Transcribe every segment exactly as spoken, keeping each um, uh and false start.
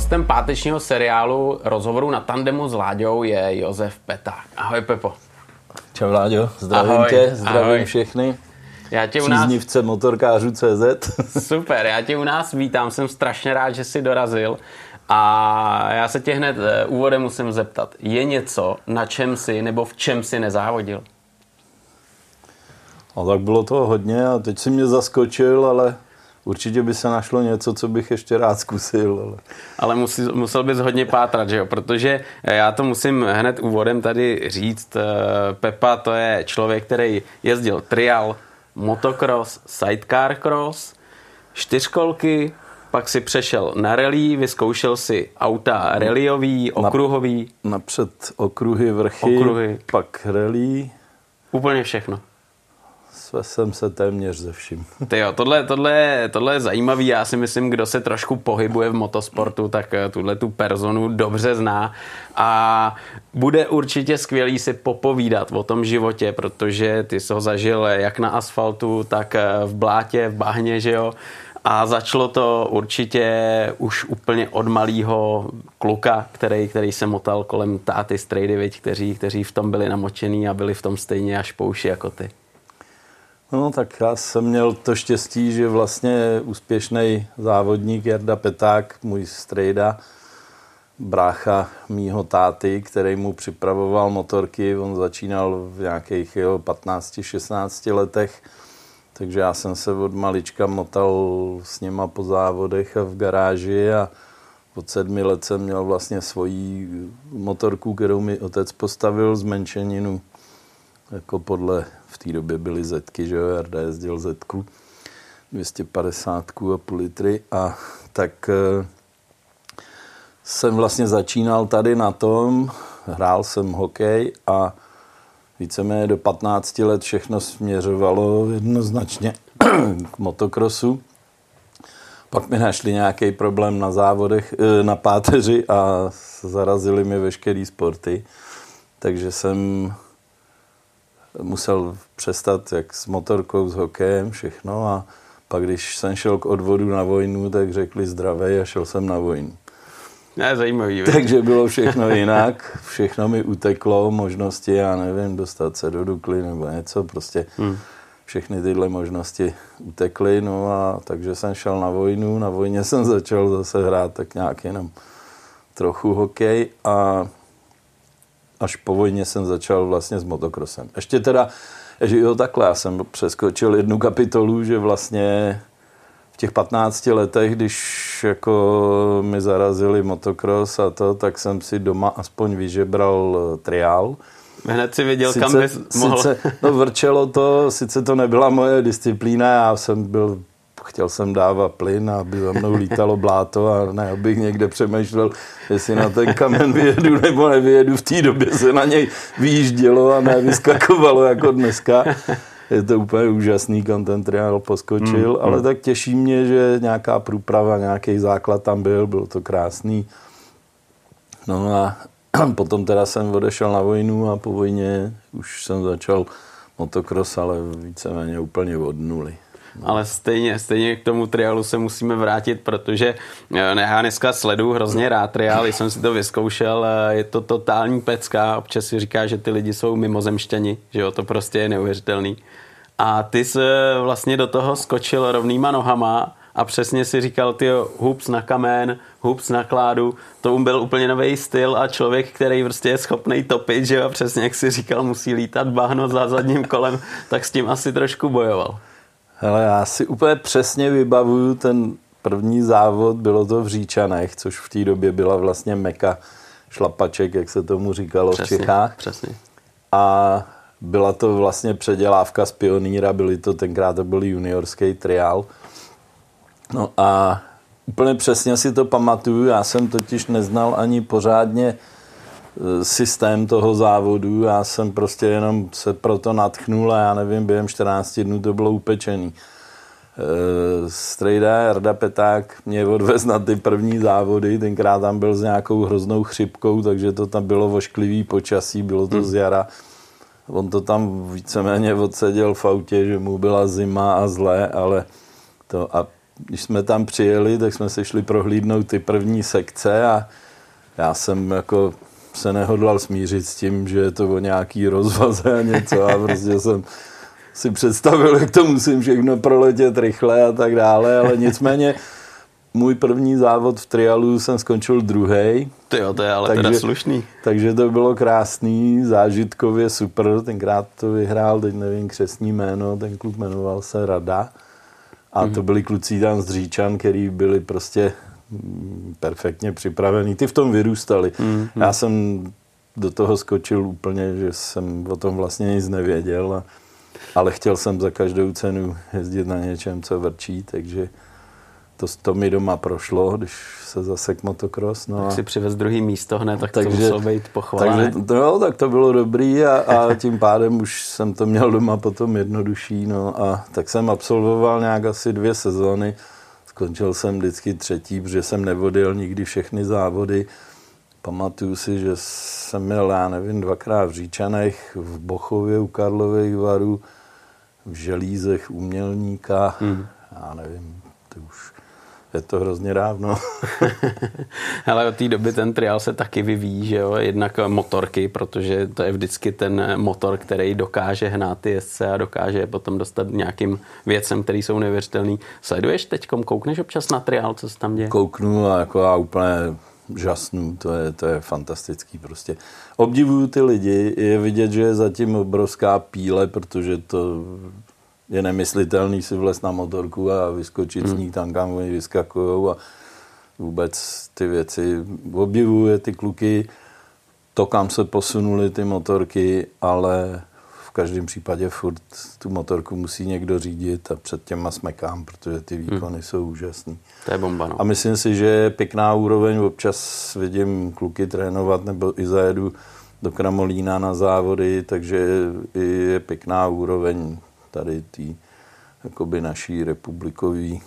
Hostem pátečního seriálu Rozhovoru na tandemu s Láďou je Josef Peták. Ahoj, Pepo. Čau, Láďo, zdravím ahoj, tě, zdravím ahoj. všechny. Já tě u nás... Příznivce motorkářů tečka cé zet. Super, já tě u nás vítám, jsem strašně rád, že jsi dorazil. A já se tě hned úvodem musím zeptat. Je něco, na čem jsi nebo v čem jsi nezávodil? No tak bylo toho hodně a teď si mě zaskočil, ale určitě by se našlo něco, co bych ještě rád zkusil. Ale, ale musí, musel bys hodně pátrat, že jo? Protože já to musím hned úvodem tady říct. Pepa to je člověk, který jezdil trial, motocross, sidecar cross, čtyřkolky, pak si přešel na rally, vyzkoušel si auta rallyový, okruhový. Napřed okruhy, vrchy, okruhy. Pak rally. Úplně všechno. Sve jsem se téměř ze vším. Tyjo, tohle, tohle, tohle je zajímavý. Já si myslím, kdo se trošku pohybuje v motosportu, tak tuhle tu personu dobře zná. A bude určitě skvělý si popovídat o tom životě, protože ty jsi ho zažil jak na asfaltu, tak v blátě, v bahně, že jo. A začalo to určitě už úplně od malého kluka, který, který se motal kolem táty strejdy, viď, kteří, kteří v tom byli namočený a byli v tom stejně až po uši jako ty. No tak já jsem měl to štěstí, že vlastně úspěšný závodník Jarda Peták, můj strejda, brácha mýho táty, který mu připravoval motorky, on začínal v nějakých jeho patnácti šestnácti letech, takže já jsem se od malička motal s něma po závodech a v garáži a od sedmi let jsem měl vlastně svoji motorku, kterou mi otec postavil, zmenšeninu, jako podle, v té době byly zetky, že jo, Jarda jezdil zetku, dvě stě padesát a půl litry a tak e, jsem vlastně začínal tady na tom, hrál jsem hokej a víceméně do patnácti let všechno směřovalo jednoznačně k motokrosu. Pak mi našli nějaký problém na závodech, na páteři a zarazili mi veškerý sporty. Takže jsem musel přestat jak s motorkou, s hokejem, všechno. A pak, když jsem šel k odvodu na vojnu, tak řekli zdravej a šel jsem na vojnu. Ne, zajímavý. Takže bylo všechno jinak, všechno mi uteklo, možnosti, já nevím, dostat se do Dukly nebo něco, prostě hmm. všechny tyhle možnosti utekly, no a takže jsem šel na vojnu, na vojně jsem začal zase hrát tak nějak jenom trochu hokej a až po vojně jsem začal vlastně s motokrosem. Ještě teda, že jo, takhle, já jsem přeskočil jednu kapitolu, že vlastně v těch patnácti letech, když jako mi zarazili motocross a to, tak jsem si doma aspoň vyžebral triál. Hned si věděl, sice, kam bys mohl. Sice, no vrčelo to, sice to nebyla moje disciplína, já jsem byl, chtěl jsem dávat plyn, aby za mnou lítalo bláto a ne, abych někde přemýšlel, jestli na ten kamen vyjedu nebo nevyjedu. V té době se na něj vyjíždělo a ne vyskakovalo jako dneska. Je to úplně úžasný, kam ten triál poskočil, mm, ale mm. tak těší mě, že nějaká průprava, nějaký základ tam byl, bylo to krásný. No a potom teda jsem odešel na vojnu a po vojně už jsem začal motocross, ale víceméně úplně od nuly. No. Ale stejně, stejně k tomu triálu se musíme vrátit, protože já dneska sleduju hrozně rád triál, jsem si to vyzkoušel, je to totální pecka, občas si říká, že ty lidi jsou mimozemšťani, že jo, to prostě je neuvěřitelný. A ty jsi vlastně do toho skočil rovnýma nohama a přesně si říkal, tyjo, hups na kamen, hups na kládu, to byl úplně nový styl a člověk, který prostě je schopný topit, že jo, přesně jak si říkal, musí lítat bahno za zadním kolem, tak s tím asi trošku bojoval. Hele, já si úplně přesně vybavuju ten první závod, bylo to v Říčanech, což v té době byla vlastně meka šlapaček, jak se tomu říkalo přesně, v Čechách. Přesně. A byla to vlastně předělávka z Pionýra, byly to tenkrát to byl juniorský triál. No a úplně přesně si to pamatuju, já jsem totiž neznal ani pořádně systém toho závodu, já jsem prostě jenom se proto nadchnul a já nevím, během čtrnácti dnů to bylo upečený. Strejda Jarda Peták mě odvez na ty první závody, tenkrát tam byl s nějakou hroznou chřipkou, takže to tam bylo vošklivý počasí, bylo to z jara. On to tam víceméně odseděl v autě, že mu byla zima a zlé, ale to a když jsme tam přijeli, tak jsme se šli prohlídnout ty první sekce a já jsem jako se nehodlal smířit s tím, že je to o nějaký rozvaze a něco a prostě jsem si představil, jak to musím všechno proletět rychle a tak dále, ale nicméně můj první závod v trialu jsem skončil druhej. Tyjo, to je ale takže, teda slušný. Takže to bylo krásný, zážitkově super, tenkrát to vyhrál, teď nevím křestní jméno, ten klub jmenoval se Rada a mm. to byli kluci tam z Říčan, který byli prostě perfektně připravený. Ty v tom vyrůstali. Mm. Já jsem do toho skočil úplně, že jsem o tom vlastně nic nevěděl, a, ale chtěl jsem za každou cenu jezdit na něčem, co vrčí, takže to, to mi doma prošlo, když se zasek motocross. No tak a si přivez druhý místo hned, tak takže, to muselo být pochválené. Takže, no, tak to bylo dobrý a, a tím pádem už jsem to měl doma potom jednodušší. No a tak jsem absolvoval nějak asi dvě sezóny. Skončil jsem vždycky třetí, protože jsem nevodil nikdy všechny závody. Pamatuju si, že jsem měl, já nevím, dvakrát v Říčanech, v Bochově u Karlových Varů, v Želízech u Mělníka, hmm. já nevím, to už je to hrozně dávno. Ale od té doby ten trial se taky vyvíjí, že jo? Jednak motorky, protože to je vždycky ten motor, který dokáže hnát ty jezdce a dokáže je potom dostat nějakým věcem, který jsou neuvěřitelný. Sleduješ teďkom, koukneš občas na trial, co se tam děje? Kouknu a jako já úplně žasnu, to je, to je fantastický prostě. Obdivuju ty lidi, je vidět, že je zatím obrovská píle, protože to je nemyslitelný si vlez na motorku a vyskočit hmm. s ní tam, kam oni vyskakujou a vůbec ty věci. Obdivuje ty kluky, to, kam se posunuly ty motorky, ale v každém případě furt tu motorku musí někdo řídit a před těma smekám, protože ty výkony hmm. jsou úžasný. To je bomba, no. A myslím si, že je pěkná úroveň, občas vidím kluky trénovat nebo i zajedu do Kramolína na závody, takže je pěkná úroveň tady tý, jakoby naší republikový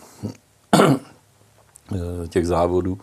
těch závodů.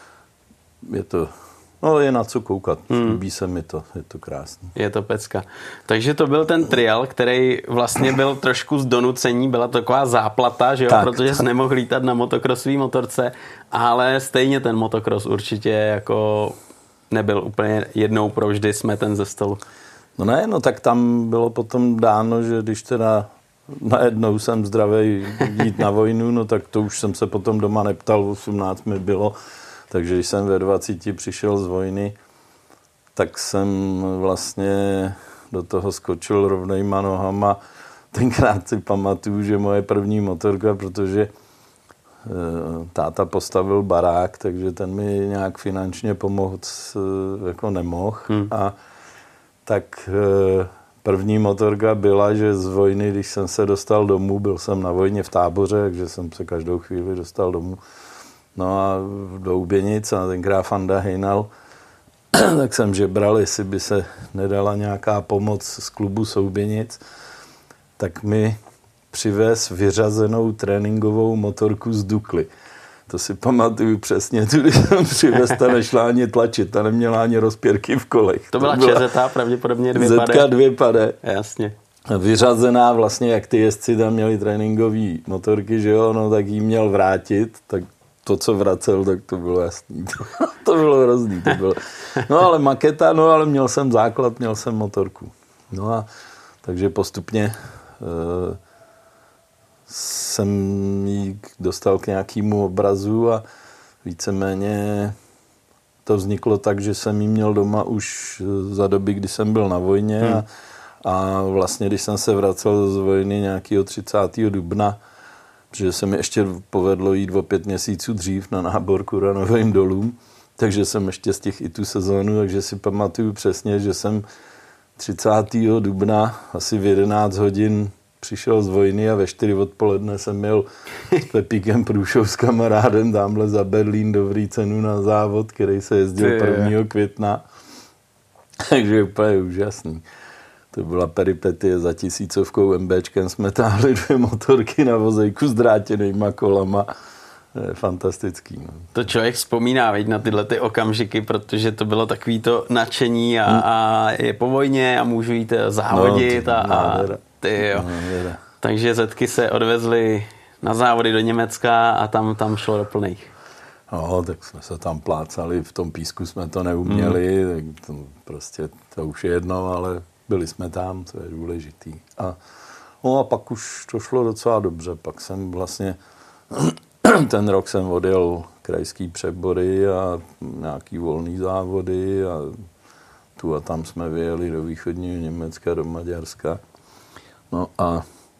Je to, no je na co koukat. Hmm. Líbí se mi to, je to krásný. Je to pecka. Takže to byl ten trial, který vlastně byl trošku z donucení, byla to taková záplata, že jo, tak, protože jsi nemohl lítat na motokrosové motorce, ale stejně ten motokros určitě jako nebyl úplně jednou provždy smeten ze stolu. No ne, no tak tam bylo potom dáno, že když teda najednou jsem zdravej jít na vojnu, no tak to už jsem se potom doma neptal, osmnáct mi bylo, takže když jsem ve dvaceti přišel z vojny, tak jsem vlastně do toho skočil rovnejma nohama. Tenkrát si pamatuju, že moje první motorka, protože táta postavil barák, takže ten mi nějak finančně pomoct jako nemohl. Hmm. A tak první motorka byla, že z vojny, když jsem se dostal domů, byl jsem na vojně v táboře, takže jsem se každou chvíli dostal domů. No a do Uběnic a tenkrát Fanda Hejnal, tak jsem žebral, jestli by se nedala nějaká pomoc z klubu Souběnic, tak mi přivez vyřazenou tréninkovou motorku z Dukly. To si pamatuju přesně, tu, když jsem přivez, ta nešla ani tlačit, ta neměla ani rozpěrky v kolech. To byla ČZ, pravděpodobně dvě pade. Zetka dvě pade. Jasně. Vyřazená vlastně, jak ty jezdci tam měli tréninkové motorky, že jo, no tak jí měl vrátit, tak to, co vracel, tak to bylo jasný. To bylo hrozný. To bylo. No ale maketa, no ale měl jsem základ, měl jsem motorku. No a takže postupně e, jsem ji dostal k nějakému obrazu a víceméně to vzniklo tak, že jsem ji měl doma už za doby, kdy jsem byl na vojně hmm. a, a vlastně, když jsem se vracel z vojny nějakého třicátého dubna, protože se mi ještě povedlo jít o pět měsíců dřív na nábor k uranovým dolům, takže jsem ještě z těch i tu sezónu, takže si pamatuju přesně, že jsem třicátého dubna asi v jedenáct hodin přišel z vojny a ve čtyři odpoledne jsem měl s Pepíkem Průšou s kamarádem tamhle za Berlín dobrý cenu na závod, který se jezdil prvního května. Takže úplně úžasný. To byla peripetie za tisícovkou MBčkem, jsme táhli dvě motorky na vozejku s drátěnýma kolama. Je fantastický. No. To člověk vzpomíná, veď, na tyhle ty okamžiky, protože to bylo takový to nadšení a, a je po vojně a můžu jít závodit. No, a, a ty jo. No, Takže zetky se odvezly na závody do Německa a tam, tam šlo do plných. No, tak jsme se tam plácali, v tom písku jsme to neuměli, mm. tak to prostě to už je jedno, ale byli jsme tam, to je důležitý. A, no a pak už to šlo docela dobře, pak jsem vlastně, ten rok jsem odjel krajský přebory a nějaký volný závody a tu a tam jsme vyjeli do východního Německa, do Maďarska. No a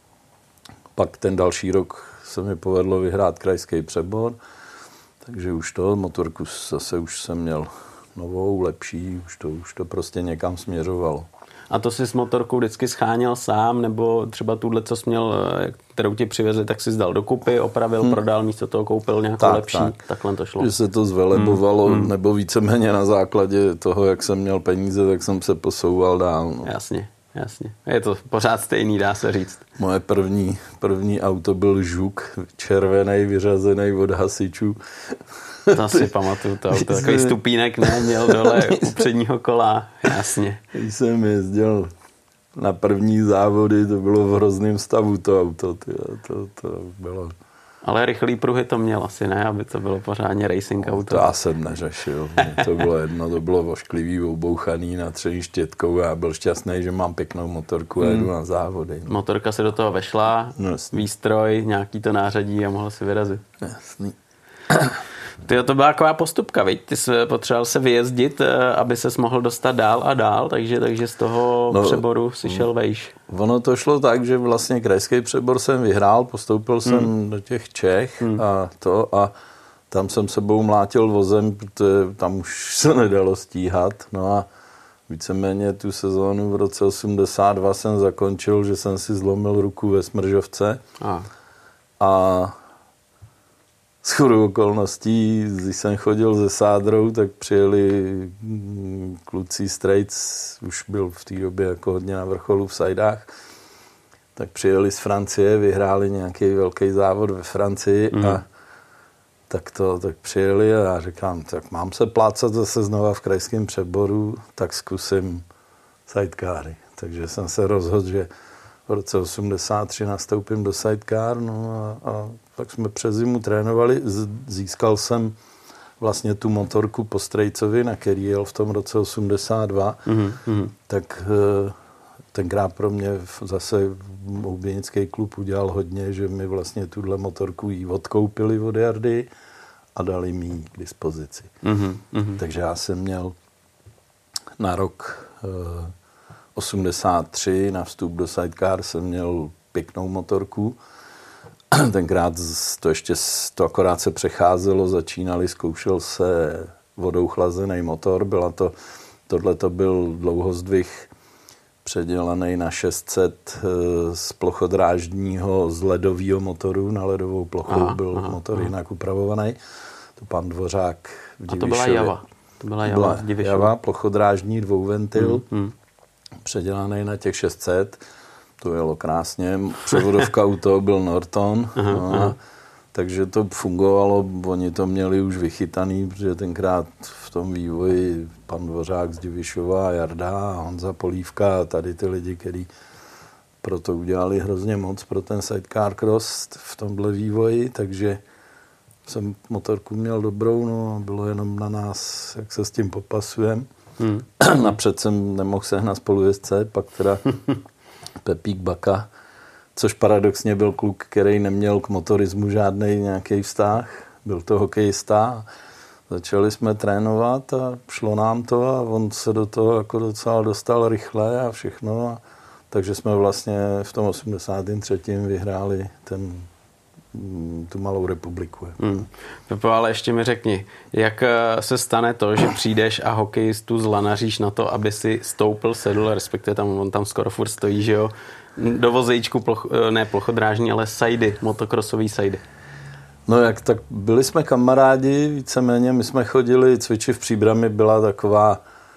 pak ten další rok se mi povedlo vyhrát krajský přebor, takže už to, motorku zase už jsem měl novou, lepší, už to, už to prostě někam směřovalo. A to jsi s motorkou vždycky scháněl sám, nebo třeba tuhle, co jsi měl, kterou ti přivezli, tak jsi zdal dokupy, opravil, hmm. prodal, místo toho koupil nějakou tak, lepší, tak. Takhle to šlo. Že se to zvelebovalo, hmm. nebo víceméně na základě toho, jak jsem měl peníze, tak jsem se posouval dál. No. Jasně, jasně. Je to pořád stejný, dá se říct. Moje první, první auto byl Žuk, červený, vyřazený od hasičů. To si pamatuju, to auto. Takový stupínek neměl dole u předního kola, jasně. Když jsem jezdil na první závody, to bylo v hrozném stavu to auto, tyjo, to, to bylo... Ale rychlý pruhy to měl asi, ne? Aby to bylo pořádně racing auto. To já jsem neřešil, to bylo jedno, to bylo ošklivý, obouchaný na tření štětkou a já byl šťastný, že mám pěknou motorku a jedu hmm. na závody. No. Motorka se do toho vešla, no, výstroj, nějaký to nářadí a mohl si vyrazit. Jasný. Tyjo, to byla taková postupka, viď? Ty jsi potřeboval se vyjezdit, aby ses mohl dostat dál a dál, takže, takže z toho no, přeboru si šel vejš. Ono to šlo tak, že vlastně krajský přebor jsem vyhrál, postoupil jsem hmm. do těch Čech hmm. a to a tam jsem sebou mlátil vozem, protože tam už se nedalo stíhat. No a víceméně tu sezónu v roce osmdesát dva jsem zakončil, že jsem si zlomil ruku ve Smržovce a, a shodou okolností, když jsem chodil ze Sádrou, tak přijeli kluci Straits, už byl v té době jako hodně na vrcholu v Sajdách, tak přijeli z Francie, vyhráli nějaký velký závod ve Francii mm. a tak to tak přijeli a já říkám, tak mám se plácat zase znova v krajském přeboru, tak zkusím sidecary. Takže jsem se rozhodl, že v roce osmdesát tři nastoupím do sidecar, no a, a tak jsme přes zimu trénovali. Získal jsem vlastně tu motorku po Strejcovi, na který jel v tom roce osmdesát dva. Mm-hmm. Tak tenkrát pro mě zase ouběnický klub udělal hodně, že mi vlastně tuhle motorku jí odkoupili od Jardy a dali mi ji k dispozici. Mm-hmm. Takže já jsem měl na rok osmdesát tři na vstup do sidecar jsem měl pěknou motorku. Tenkrát to ještě to akorát se přecházelo, začínali, zkoušel se vodou chlazený motor. Byla to, tohle to byl dlouhozdvih předělaný na šest set z plochodráždního z ledového motoru. Na ledovou plochu aha, byl aha, motor aha. jinak upravovaný. To pan Dvořák v Divišově. A to byla Java. To byla Java, byla Java plochodráždní dvouventil, hmm, hmm. předělaný na těch šest set. To jelo krásně. Převodovka u toho byl Norton. Aha, no, aha. Takže to fungovalo. Oni to měli už vychytaný, protože tenkrát v tom vývoji pan Dvořák z Divišova, Jarda a Honza Polívka a tady ty lidi, kteří pro to udělali hrozně moc pro ten sidecar cross v tomhle vývoji, takže jsem motorku měl dobrou, no a bylo jenom na nás, jak se s tím popasujeme. Hmm. Napřed jsem nemohl sehnat spolujezdce, pak teda Pepík Baka, což paradoxně byl kluk, který neměl k motorismu žádný nějaký vztah, byl to hokejista. Začali jsme trénovat a šlo nám to a on se do toho jako docela dostal rychle a všechno. A takže jsme vlastně v tom osmdesátém třetím vyhráli ten, tu malou republiku. Hmm. Pepo, ale ještě mi řekni, jak se stane to, že přijdeš a hokejistu zlanaříš na to, aby si stoupil sedl, respektive tam, on tam skoro furt stojí, že jo, do vozejčku, ploch, ne plochodrážní, ale sajdy, motokrosový sajdy. No jak tak byli jsme kamarádi, víceméně, my jsme chodili cvičit v Příbrami, byla taková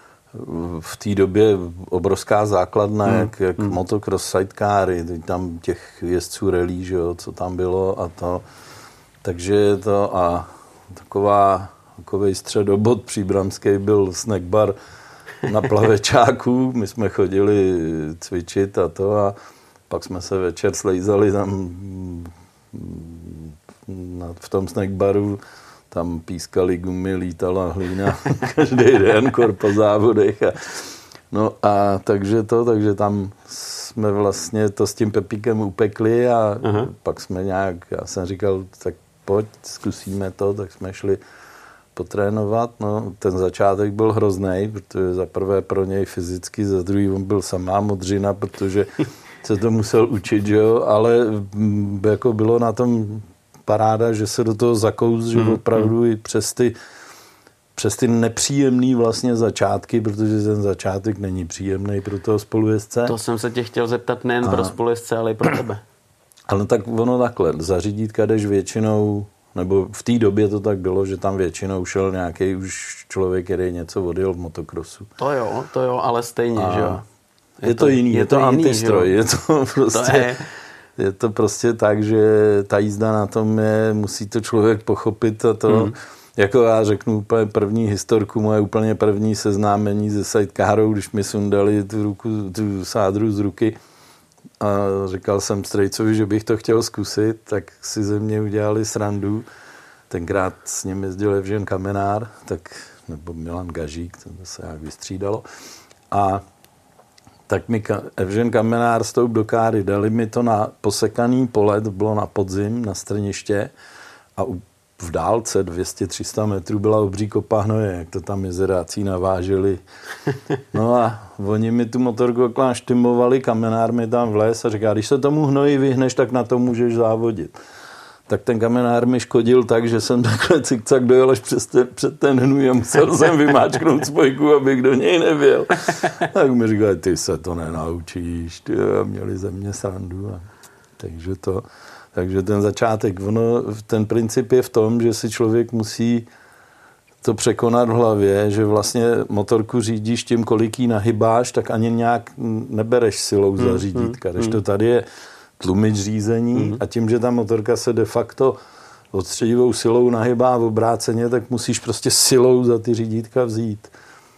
v té době obrovská základna, hmm. jak, jak hmm. motocross sidecary, tam těch jezdců rally, že jo, co tam bylo a to. Takže to a taková, takovej středobod příbramský byl snack bar na Plavečáku. My jsme chodili cvičit a to a pak jsme se večer slejzali tam v tom snack baru tam pískali gumy, lítala hlína každý den, kor po závodech. A, no a takže to, takže tam jsme vlastně to s tím Pepíkem upekli a aha. pak jsme nějak, já jsem říkal, tak pojď, zkusíme to, tak jsme šli potrénovat. No, ten začátek byl hrozný, protože za prvé pro něj fyzicky, za druhý on byl samá modřina, protože se to musel učit, že jo, ale jako bylo na tom paráda, že se do toho zakous, že mm, opravdu mm. i přes ty, přes ty nepříjemný vlastně začátky, protože ten začátek není příjemný pro toho spolujezdce. To jsem se tě chtěl zeptat nejen a... pro spolujezdce, ale i pro tebe. Ale tak ono takhle, za řídítka jdeš většinou, nebo v té době to tak bylo, že tam většinou šel nějaký už člověk, který něco odjel v motokrosu. To jo, to jo, ale stejně, a... že jo. Je, je to jiný, je, je to, to jiný, antistroj, je to prostě... To je... Je to prostě tak, že ta jízda na tom je, musí to člověk pochopit a to, hmm. jako já řeknu úplně první historku, moje úplně první seznámení se sidecarou, když mi sundali tu, ruku, tu sádru z ruky a říkal jsem strejcovi, že bych to chtěl zkusit, tak si ze mě udělali srandu. Tenkrát s ním jezdil Evžen Kamenár, tak, nebo Milan Gažík, to se jak vystřídalo. A tak mi Evžen Kamenár stoup do káry, dali mi to na posekaný pole, to bylo na podzim, na strniště a v dálce dvě stě tři sta metrů byla obří kopa hnoje, jak to tam jezerácí naváželi. No a oni mi tu motorku okolo štimovali, Kamenár mi tam vlez a říká, když se tomu hnoji vyhneš, tak na to můžeš závodit. Tak ten Kamenár mi škodil tak, že jsem takhle cikcak dojel až přes ten, před ten hnůj a musel jsem vymáčknout spojku, abych do něj nevěl. Tak mi říkali, ty se to nenaučíš, ty a měli ze mě srandu. A takže to, takže ten začátek, ono, ten princip je v tom, že si člověk musí to překonat v hlavě, že vlastně motorku řídíš tím, kolik jí nahybáš, tak ani nějak nebereš silou za řídítka. Když to tady je tlumič řízení mm. a tím, že ta motorka se de facto odstředivou silou nahybá v obráceně, tak musíš prostě silou za ty řídítka vzít.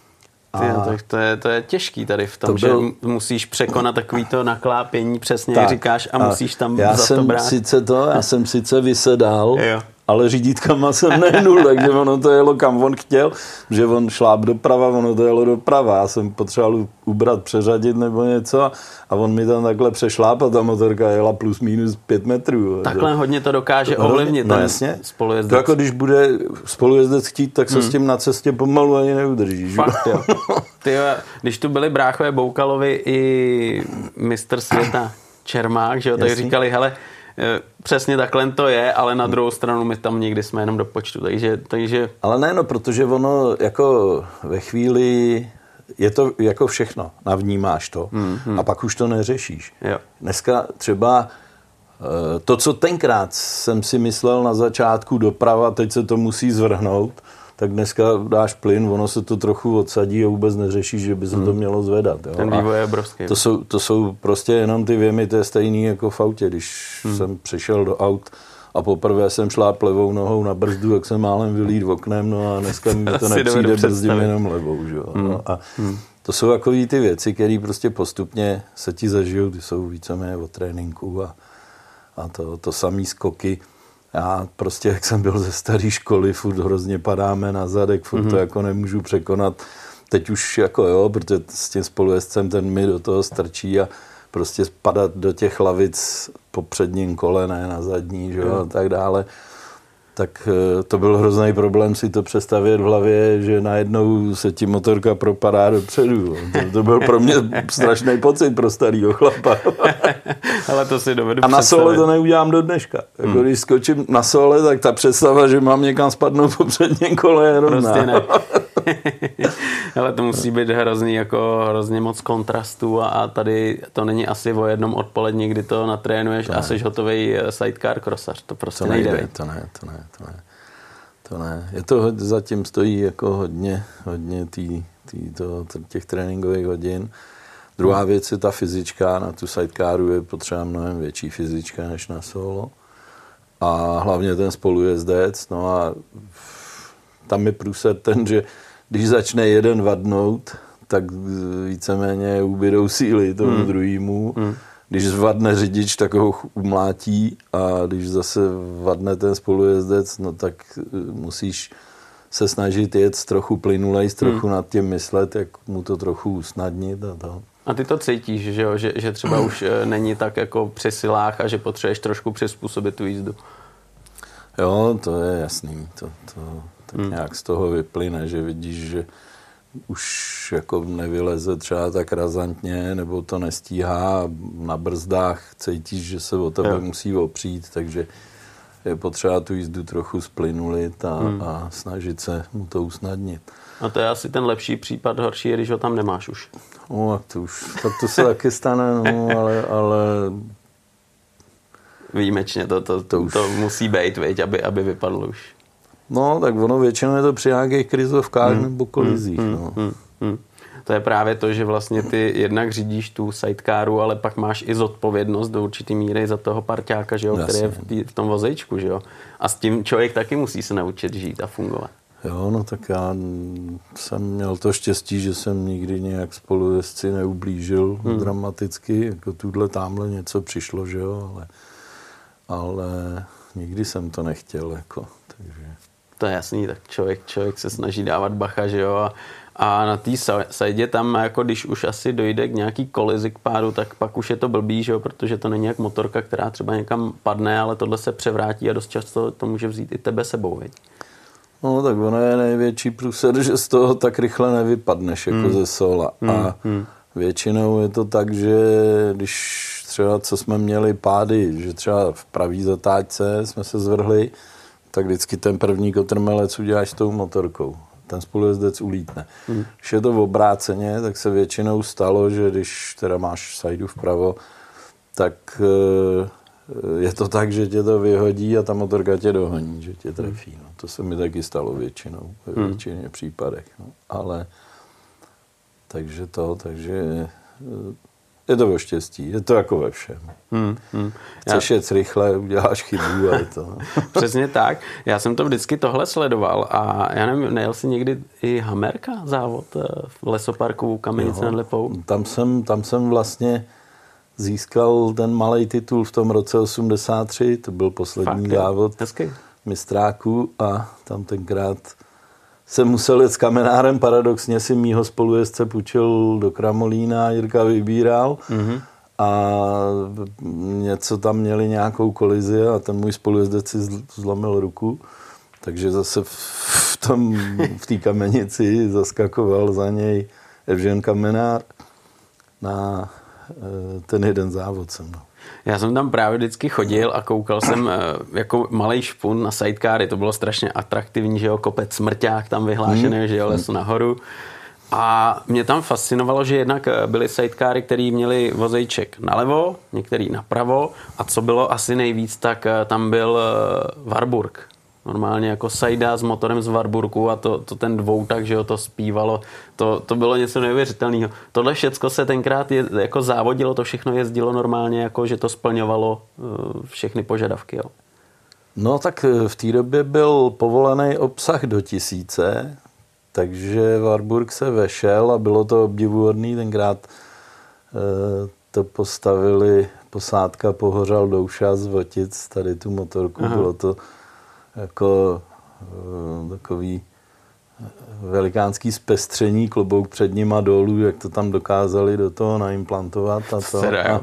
A Ty, to, to, je, to je těžký tady v tom, to byl... že musíš překonat takový to naklápění, přesně tak, jak říkáš, a, a musíš tam já za jsem to brát. Sice to, já jsem sice vysedal, jo. ale řídítkama jsem nehnul, takže ono to jelo kam on chtěl, že on šláp doprava, ono to jelo doprava. Já jsem potřeboval ubrat, přeřadit nebo něco a on mi tam takhle přešláp a ta motorka jela plus minus pět metrů. Takhle hodně to dokáže ovlivnit no, ten jasně. spolujezdec. To jako když bude spolujezdec chtít, tak se hmm. s tím na cestě pomalu ani neudržíš. Fakt, jo. Ty, když tu byli bráchové Boukalovi i mistr světa Čermák, že jo, tak říkali, hele, přesně takhle to je, ale na druhou stranu my tam někdy jsme jenom do počtu, takže... takže... Ale ne, no, protože ono jako ve chvíli je to jako všechno, navnímáš to hmm, hmm. a pak už to neřešíš. Jo. Dneska třeba to, co tenkrát jsem si myslel na začátku doprava, teď se to musí zvrhnout, tak dneska dáš plyn, ono se to trochu odsadí a vůbec neřešíš, že by se hmm. to mělo zvedat. Jo? Ten vývoj je obrovský. To jsou, to jsou prostě jenom ty věmy, to je stejný jako v autě. Když hmm. jsem přišel do aut a poprvé jsem šláp levou nohou na brzdu, jak jsem málem vylít v oknem, no a dneska mi to nepřijde, brzdím jenom levou. Že? Hmm. No a hmm. to jsou takový ty věci, které prostě postupně se ti zažijou, ty jsou víceméně o tréninku a, a to, to samý skoky. Já prostě, jak jsem byl ze staré školy, furt hrozně padáme na zadek, furt mm-hmm. to jako nemůžu překonat. Teď už jako jo, protože s tím spolujezdcem ten mi do toho strčí a prostě spadat do těch lavic po předním kole, ne na zadní, že jo, a tak dále. Tak to byl hrozný problém si to představit v hlavě, že najednou se ti motorka propadá dopředu. To, to byl pro mě strašný pocit pro starýho chlapa. Ale to si dovedu A na sole to neudělám do dneška. Jako hmm. Když skočím na sole, tak ta představa, že mám někam spadnout po předním kole, je hrozná. Prostě ne. Ale to musí být hrozný, jako hrozně moc kontrastů a, a tady to není asi o jednom odpolední, kdy to natrénuješ to a jsi hotový sidecar crossař. To prostě to nejde. nejde. To ne, to ne, to ne. To ne. Je to, zatím stojí jako hodně, hodně tý, tý, to, těch tréninkových hodin. Druhá věc je ta fyzička, na tu sidecaru je potřeba mnohem větší fyzička než na solo. A hlavně ten spolujezdec, no a tam je průsed ten, že když začne jeden vadnout, tak víceméně ubydou síly tomu hmm. druhému. Hmm. když zvadne řidič, tak ho umlátí a když zase vadne ten spolujezdec, no tak musíš se snažit jet trochu plynulej, trochu hmm. nad tím myslet, jak mu to trochu usnadnit a to. A ty to cítíš, že, jo? Že, že třeba už není tak jako při silách a že potřebuješ trošku přizpůsobit tu jízdu. Jo, to je jasný. To, to tak hmm. nějak z toho vyplyne, že vidíš, že už jako nevyleze třeba tak razantně, nebo to nestíhá, na brzdách cítíš, že se o tebe jo. musí opřít, takže je potřeba tu jízdu trochu splynulit a, hmm. a snažit se mu to usnadnit. A to je asi ten lepší případ, horší je, když ho tam nemáš už. No, a to už, tak to se taky stane, no, ale, ale výjimečně to, to, to, už... to musí být, veď, aby, aby vypadlo už. No, tak ono většinou je to při nějakých krizovkách hmm. nebo kolizích. Hmm. No. Hmm. Hmm. To je právě to, že vlastně ty jednak řídíš tu sidecaru, ale pak máš i zodpovědnost do určitý míry za toho parťáka, že jo, který je v, tý, v tom vozejčku. Že jo? A s tím člověk taky musí se naučit žít a fungovat. Jo, no tak já jsem měl to štěstí, že jsem nikdy nějak spolujezdci neublížil hmm. dramaticky, jako tuhle tamhle něco přišlo, že jo, ale, ale nikdy jsem to nechtěl, jako, takže... To je jasný, tak člověk, člověk se snaží dávat bacha, že jo, a, a na té sajdě tam, jako když už asi dojde k nějaký kolizi k pádu, tak pak už je to blbý, že jo, protože to není jak motorka, která třeba někam padne, ale tohle se převrátí a dost často to může vzít i tebe sebou, viď? No, tak ono je největší průser, že z toho tak rychle nevypadneš, jako hmm. ze sola. Hmm. A hmm. většinou je to tak, že když třeba, co jsme měli pády, že třeba v pravý zatáčce jsme se zvrhli, tak vždycky ten první kotrmelec uděláš s tou motorkou. Ten spolujezdec ulítne. Hmm. Když je to v obráceně, tak se většinou stalo, že když teda máš sajdu vpravo, tak je to tak, že tě to vyhodí a ta motorka tě dohoní, že tě trefí. No. To se mi taky stalo většinou, ve většině hmm. případech. No. Ale takže to, takže je to o štěstí, je to jako ve všem. Hmm, hmm. Chceš jet rychle, uděláš chybu a je to. No. Přesně tak. Já jsem to vždycky tohle sledoval a já nevím, nejel jsi někdy i Hamerka závod v lesoparku Kamenice nad Lipou? Tam jsem, tam jsem vlastně získal ten malej titul v tom roce osmdesát tři, to byl poslední Fakt, závod Hezky. mistráků a tam tenkrát jsem musel jet s kamenárem, paradoxně si mýho spolujezdce půjčil do Kramolína, Jirka vybíral mm-hmm. a něco tam měli nějakou kolizi a ten můj spolujezdec si zlomil ruku, takže zase v tom, v té Kamenici zaskakoval za něj Evžen Kamenár na ten jeden závod se mnou. Já jsem tam právě vždycky chodil a koukal jsem jako malej špun na sidecary, to bylo strašně atraktivní, že jo, kopec smrťák tam vyhlášený, hmm. že jo, lesu nahoru. A mě tam fascinovalo, že jednak byly sidecary, který měli vozejček nalevo, některý napravo a co bylo asi nejvíc, tak tam byl Warburg. Normálně jako sajda s motorem z Warburgu a to, to ten dvoutak, že jo, to zpívalo, to, to bylo něco neuvěřitelného. Tohle všecko se tenkrát je, jako závodilo, to všechno jezdilo normálně, jako že to splňovalo uh, všechny požadavky, jo. No tak v té době byl povolený obsah do tisíce, takže Warburg se vešel a bylo to obdivuhodný, tenkrát uh, to postavili posádka Pohořal Douša z Votic, tady tu motorku, Aha. bylo to jako uh, takový velikánský zpestření, klobouk před nima dolů, jak to tam dokázali do toho naimplantovat a to. A,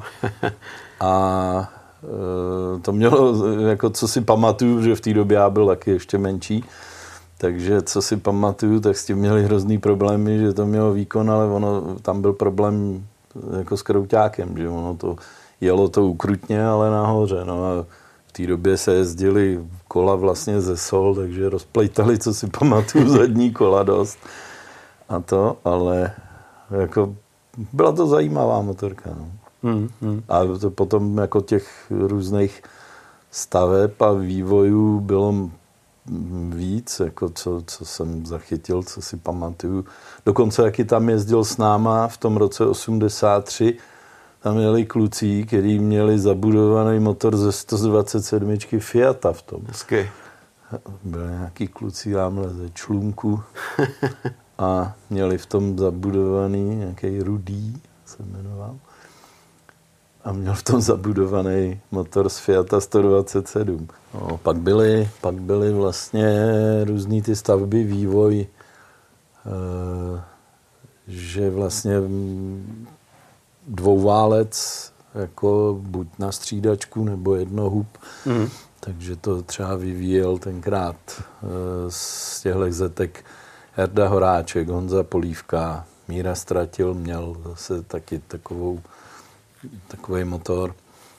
a uh, to mělo, jako co si pamatuju, že v té době já byl taky ještě menší, takže co si pamatuju, tak s tím měli hrozný problémy, že to mělo výkon, ale ono, tam byl problém jako s krouťákem, že ono to jelo to ukrutně, ale nahoře, no a v té době se jezdili kola vlastně ze sol, takže rozplejtali, co si pamatuju, zadní kola dost a to, ale jako byla to zajímavá motorka. No. Hmm, hmm. A to potom jako těch různých staveb a vývojů bylo víc, jako co, co jsem zachytil, co si pamatuju. Dokonce jaký tam jezdil s náma v tom roce osmdesát tři, tam jeli kluci, kteří měli zabudovaný motor ze sto dvacet sedm Fiata v tom. Hezky. Byli nějaký kluci tamhle ze Člunku a měli v tom zabudovaný nějaký Rudý, se jmenoval. a měl v tom zabudovaný motor z Fiata sto dvacet sedm. No, pak, byly, pak byly vlastně různý ty stavby, vývoj, e, že vlastně dvouválec jako buď na střídačku nebo jednohub, mm. takže to třeba vyvíjel tenkrát e, z těchto zetek Jarda Horáček, Honza Polívka, Míra Stratil měl zase taky takovou, takový motor.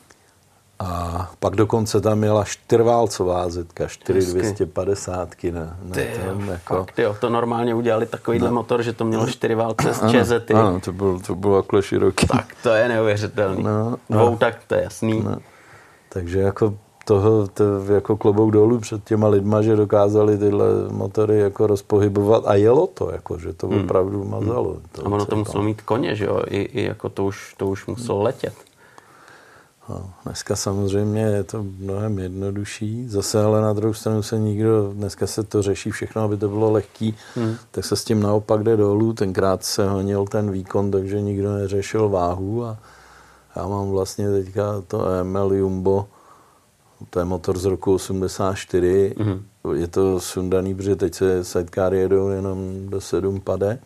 A pak dokonce tam jela čtyřválcová zetka, čtyři dvě stě padesát. Na, na tom, jako. Fakt, jo, to normálně udělali takovýhle no. motor, že to mělo čtyři válce z ČZ. Ano, to bylo, to bylo takhle široký. Tak to je neuvěřitelný. No, Dvou no. tak to je jasný. No. Takže jako toho to jako klobouk dolů před těma lidma, že dokázali tyhle motory jako rozpohybovat a jelo to, jako, že to hmm. opravdu mazalo. Hmm. To a ono to muselo mít koně, že jo? I, i jako to už, to už muselo letět. No, dneska samozřejmě je to mnohem jednodušší. Zase ale na druhou stranu se nikdo, dneska se to řeší všechno, aby to bylo lehký, hmm. tak se s tím naopak jde dolů. Tenkrát se honil ten výkon, takže nikdo neřešil váhu a já mám vlastně teďka to E M L Jumbo, to je motor z roku osmdesát čtyři, mm-hmm. je to sundaný, protože teď se sidecary jedou jenom do sedm pade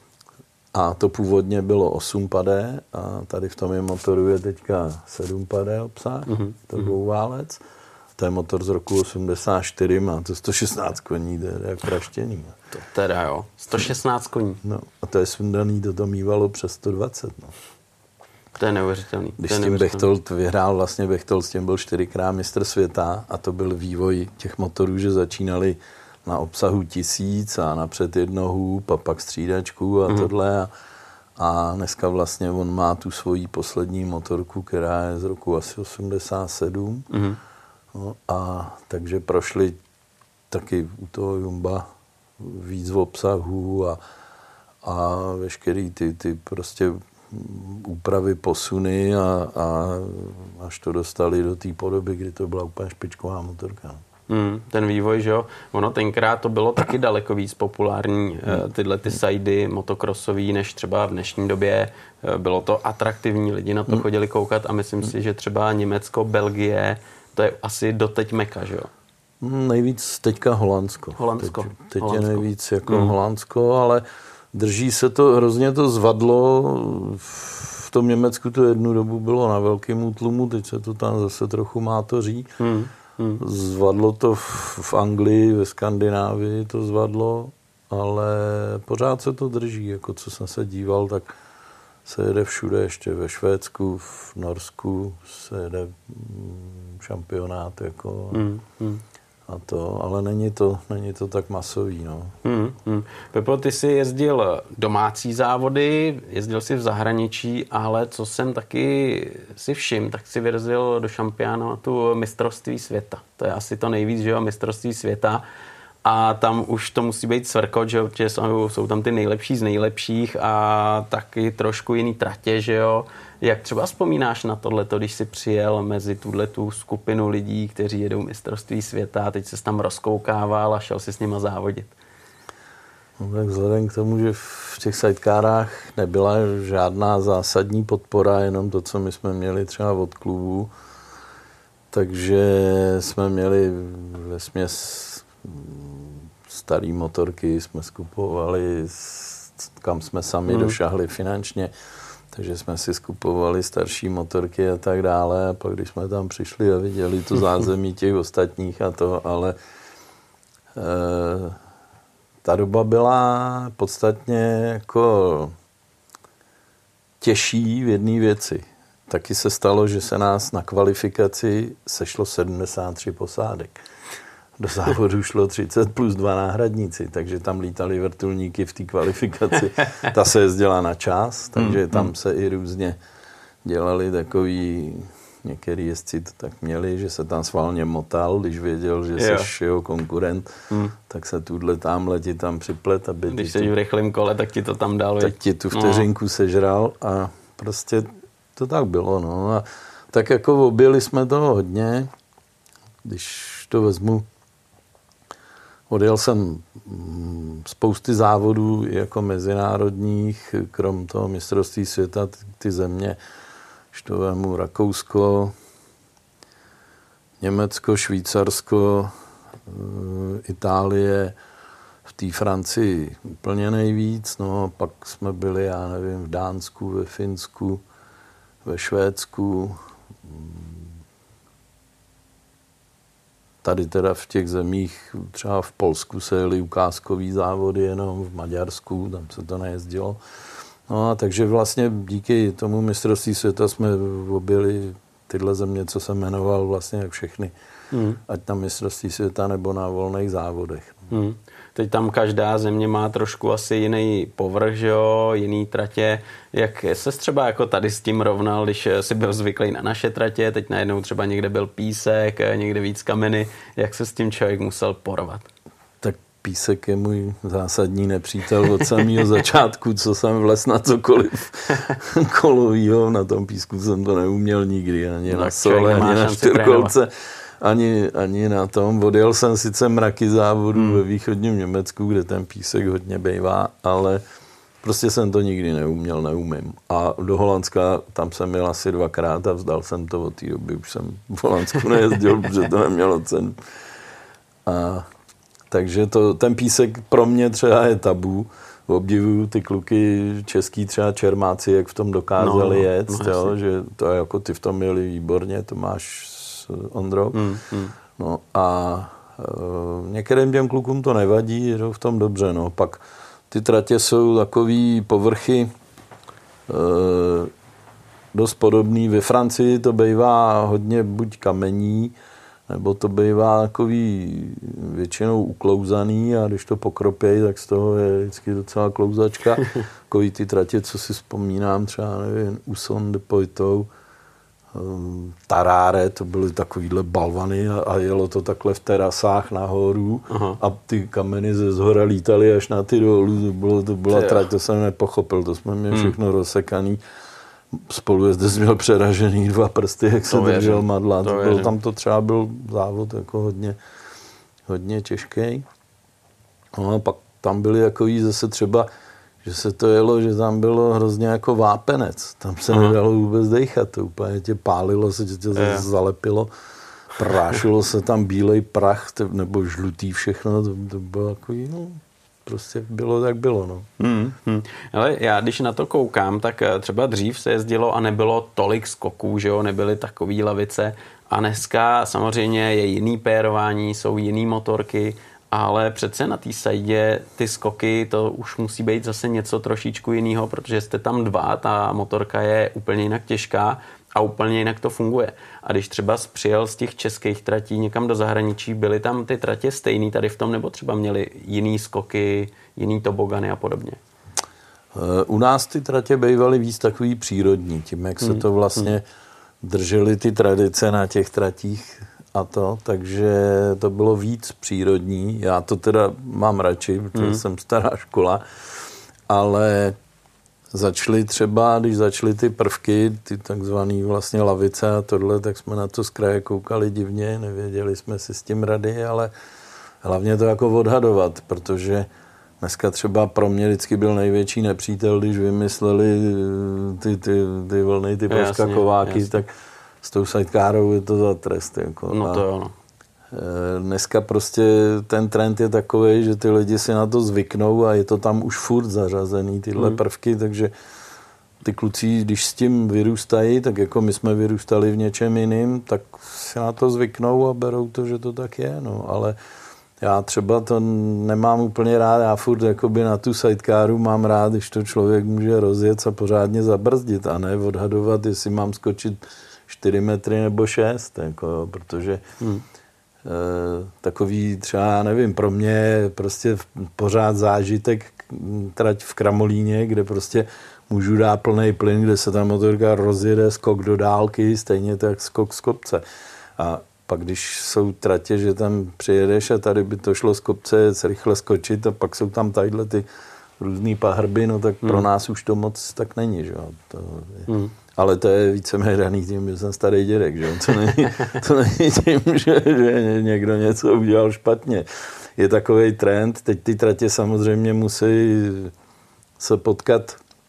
a to původně bylo osm pade a tady v tom je motoru je teďka sedm pade obsah, mm-hmm. to je dvouválec. To je motor z roku osmdesát čtyři, má to sto šestnáct koní, to je jak praštěný. To teda jo, sto šestnáct koní. No a to je sundaný, to to mívalo přes sto dvacet, no. To je neuvěřitelný. Když s tím Bechtold vyhrál, vlastně Bechtold s tím byl čtyřikrát mistr světa a to byl vývoj těch motorů, že začínali na obsahu tisíc a napřed jednohub a pak střídačku a mm. tohle. A, a dneska vlastně on má tu svoji poslední motorku, která je z roku asi osmdesát sedm. Mm. No, a takže prošli taky u toho Jumba víc v obsahu a, a veškerý ty, ty prostě úpravy, posuny a, a až to dostali do té podoby, kdy to byla úplně špičková motorka. Mm, ten vývoj, že jo, ono tenkrát to bylo taky daleko víc populární, mm. tyhle ty sajdy motokrosový, než třeba v dnešní době. Bylo to atraktivní, lidi na to mm. chodili koukat a myslím mm. si, že třeba Německo, Belgie, to je asi doteď Meka, že jo? Nejvíc teďka Holandsko. Holandsko. Teď, teď Holandsko. je nejvíc jako mm. Holandsko, ale drží se to, hrozně to zvadlo. V tom Německu to jednu dobu bylo na velkém útlumu, teď se to tam zase trochu mátoří. Hmm. Hmm. Zvadlo to v, v Anglii, ve Skandinávii to zvadlo, ale pořád se to drží. Jako co jsem se díval, tak se jede všude, ještě ve Švédsku, v Norsku se jede šampionát. Jako. Hmm. Hmm. A to, ale není to, není to tak masový, no. Hmm, hmm. Pepo, ty jsi jezdil domácí závody, jezdil jsi v zahraničí, ale co jsem taky si všiml, tak si vyrazil do šampionátu mistrovství světa. To je asi to nejvíc, že jo, mistrovství světa. A tam už to musí být cvrkot, že jo, jsou, jsou tam ty nejlepší z nejlepších a taky trošku jiný tratě, že jo. Jak třeba vzpomínáš na tohleto, když jsi přijel mezi tuhletu skupinu lidí, kteří jedou mistrovství světa a teď ses tam rozkoukával a šel si s nima závodit? No, tak vzhledem k tomu, že v těch sidecarách nebyla žádná zásadní podpora, jenom to, co my jsme měli třeba od klubu, takže jsme měli vesměs starý motorky, jsme skupovali, kam jsme sami hmm. došahli finančně, takže jsme si skupovali starší motorky a tak dále a pak když jsme tam přišli a viděli to zázemí těch ostatních a to, ale e, ta doba byla podstatně jako těžší v jedné věci. Taky se stalo, že se nás na kvalifikaci sešlo sedmdesát tři posádek. Do závodu šlo třicet plus dva náhradníci, takže tam lítali vrtulníky v té kvalifikaci. Ta se jezdila na čas, takže tam se i různě dělali takový, některý jezdci to tak měli, že se tam schválně motal, když věděl, že jsi jeho konkurent, hmm. tak se tuhle tamhle ti tam připlet, aby když jsi v rychlém kole, tak ti to tam dal. Tak ti tu vteřinku no. sežral a prostě to tak bylo. No. A tak jako objeli jsme toho hodně, když to vezmu. Odjel jsem spousty závodů jako mezinárodních, krom toho mistrovství světa, ty země štovému Rakousko, Německo, Švýcarsko, Itálie, v té Francii úplně nejvíc, no pak jsme byli, já nevím, v Dánsku, ve Finsku, ve Švédsku, tady teda v těch zemích, třeba v Polsku se jeli ukázkový závody jenom, v Maďarsku, tam se to nejezdilo. No a takže vlastně díky tomu mistrovství světa jsme objeli tyhle země, co jsem jmenoval, vlastně jak všechny. Hmm. Ať na mistrovství světa nebo na volných závodech. Hmm. Teď tam každá země má trošku asi jiný povrch, že jo, jiný tratě. Jak ses třeba jako tady s tím rovnal, když jsi byl zvyklý na naše tratě, teď najednou třeba někde byl písek, někde víc kameny. Jak se s tím člověk musel porvat? Tak písek je můj zásadní nepřítel od samého začátku, co jsem vlez na cokoliv kolovýho. Na tom písku jsem to neuměl nikdy, ani na sole, ani na čtyřkolce. Ani, ani na tom. Odjel jsem sice mraky závodů hmm. ve východním Německu, kde ten písek hodně bývá, ale prostě jsem to nikdy neuměl, neumím. A do Holandska, tam jsem jel asi dvakrát a vzdal jsem to od té doby. Už jsem v Holandsku nejezdil, protože to nemělo cenu. A takže to, ten písek pro mě třeba je tabu. Obdivuju ty kluky český, třeba Čermáci, jak v tom dokázali no, jet, no, jo, že to je jako ty v tom jeli výborně, to máš Ondro. Hmm, hmm. No a e, některým těm klukům to nevadí, jedou v tom dobře. No. Pak ty tratě jsou takový povrchy e, dost podobný. Ve Francii to bývá hodně buď kamení, nebo to bývá takový většinou uklouzaný a když to pokropějí, tak z toho je vždycky docela klouzačka. Takový ty tratě, co si vzpomínám, třeba nevím, Uson de Poitou, Taráre, to byly takovýhle balvany a, a jelo to takhle v terasách nahoru. Aha. A ty kameny ze zhora lítaly až na ty dolů, to, bylo, to byla trať, to jsem nepochopil, to jsme měli hmm. všechno rozsekaný. Spolujezdec měl přeražený dva prsty, jak se držel madla. To byl, tam to třeba byl závod jako hodně, hodně těžký. No a pak tam byly takový zase třeba, že se to jelo, že tam bylo hrozně jako vápenec. Tam se Aha. nedalo vůbec dejchat. To úplně tě pálilo se, tě, tě zalepilo. Prášilo se tam bílej prach nebo žlutý všechno. To, to bylo takový, no, prostě bylo tak bylo, no. Hmm, hmm. Ale já, když na to koukám, tak třeba dřív se jezdilo a nebylo tolik skoků, že jo, nebyly takový lavice. A dneska samozřejmě je jiný pérování, jsou jiný motorky, ale přece na té sajdě ty skoky, to už musí být zase něco trošičku jiného, protože jste tam dva, ta motorka je úplně jinak těžká a úplně jinak to funguje. A když třeba přijel z těch českých tratí někam do zahraničí, byly tam ty tratě stejný tady v tom, nebo třeba měly jiný skoky, jiný tobogany a podobně? U nás ty tratě bývaly víc takový přírodní, tím, jak se hmm. to vlastně hmm. držely ty tradice na těch tratích a to, takže to bylo víc přírodní. Já to teda mám radši, protože hmm. jsem stará škola, ale začaly třeba, když začaly ty prvky, ty takzvaný vlastně lavice a tohle, tak jsme na to z kraje koukali divně, nevěděli jsme si s tím rady, ale hlavně to jako odhadovat, protože dneska třeba pro mě vždycky byl největší nepřítel, když vymysleli ty, ty, ty vlny, ty proskakováky, tak s tou sidekárou je to za trest. Jako. No to jo, no. Dneska prostě ten trend je takový, že ty lidi si na to zvyknou a je to tam už furt zařazený, tyhle hmm. prvky, takže ty kluci, když s tím vyrůstají, tak jako my jsme vyrůstali v něčem jiným, tak si na to zvyknou a berou to, že to tak je, no, ale já třeba to nemám úplně rád, já furt jakoby na tu sidecaru mám rád, když to člověk může rozjet a pořádně zabrzdit a ne odhadovat, jestli mám skočit čtyři metry nebo šest, jako, protože hmm. e, takový třeba, nevím, pro mě prostě pořád zážitek trať v Kramolíně, kde prostě můžu dát plný plyn, kde se ta motorka rozjede, skok do dálky, stejně tak skok z kopce. A pak když jsou tratě, že tam přijedeš a tady by to šlo z kopce rychle skočit a pak jsou tam tadyhle ty různý pahrby, no tak hmm. pro nás už to moc tak není, že jo. To je, hmm. Ale to je víceméně daný tím, že jsem starý dědek, že jo. To není, to není tím, že, že někdo něco udělal špatně. Je takovej trend, teď ty tratě samozřejmě musí se potkat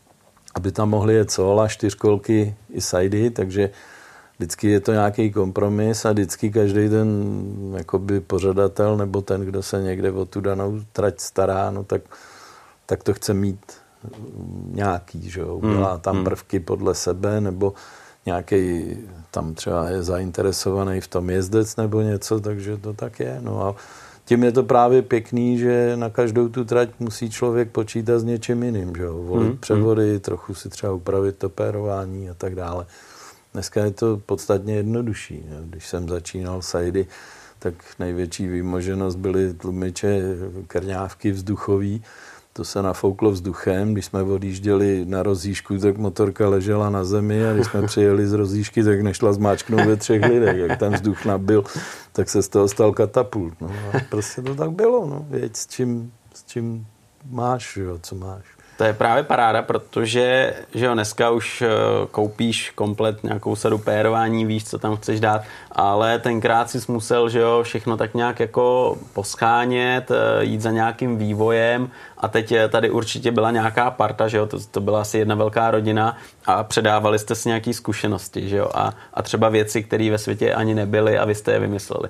aby tam mohli jet sola, čtyřkolky i sajdy, takže vždycky je to nějaký kompromis a vždycky každý ten jakoby pořadatel nebo ten, kdo se někde o tu danou trať stará, no tak, tak to chce mít nějaký, že jo, udělá tam prvky podle sebe, nebo nějaký tam třeba je zainteresovaný v tom jezdec nebo něco, takže to tak je. No a tím je to právě pěkný, že na každou tu trať musí člověk počítat s něčím jiným, že jo, volit hmm. převody, trochu si třeba upravit to pérování a tak dále. Dneska je to podstatně jednodušší. Když jsem začínal sajdy, tak největší výmoženost byly tlumiče krňávky vzduchový. To se nafouklo vzduchem. Když jsme odjížděli na rozjížku, tak motorka ležela na zemi a když jsme přijeli z rozjížky, tak nešla zmáčknout ve třech lidech. Jak ten vzduch nabil, tak se z toho stal katapult. No a prostě to tak bylo. No. Věď s čím, s čím máš, jo, co máš. To je právě paráda, protože že jo, dneska už koupíš komplet nějakou sadu pérování, víš, co tam chceš dát, ale tenkrát jsi musel, že jo, všechno tak nějak jako poschánět, jít za nějakým vývojem a teď tady určitě byla nějaká parta, že jo, to, to byla asi jedna velká rodina a předávali jste si nějaké zkušenosti, že jo, a, a třeba věci, které ve světě ani nebyly a vy jste je vymysleli.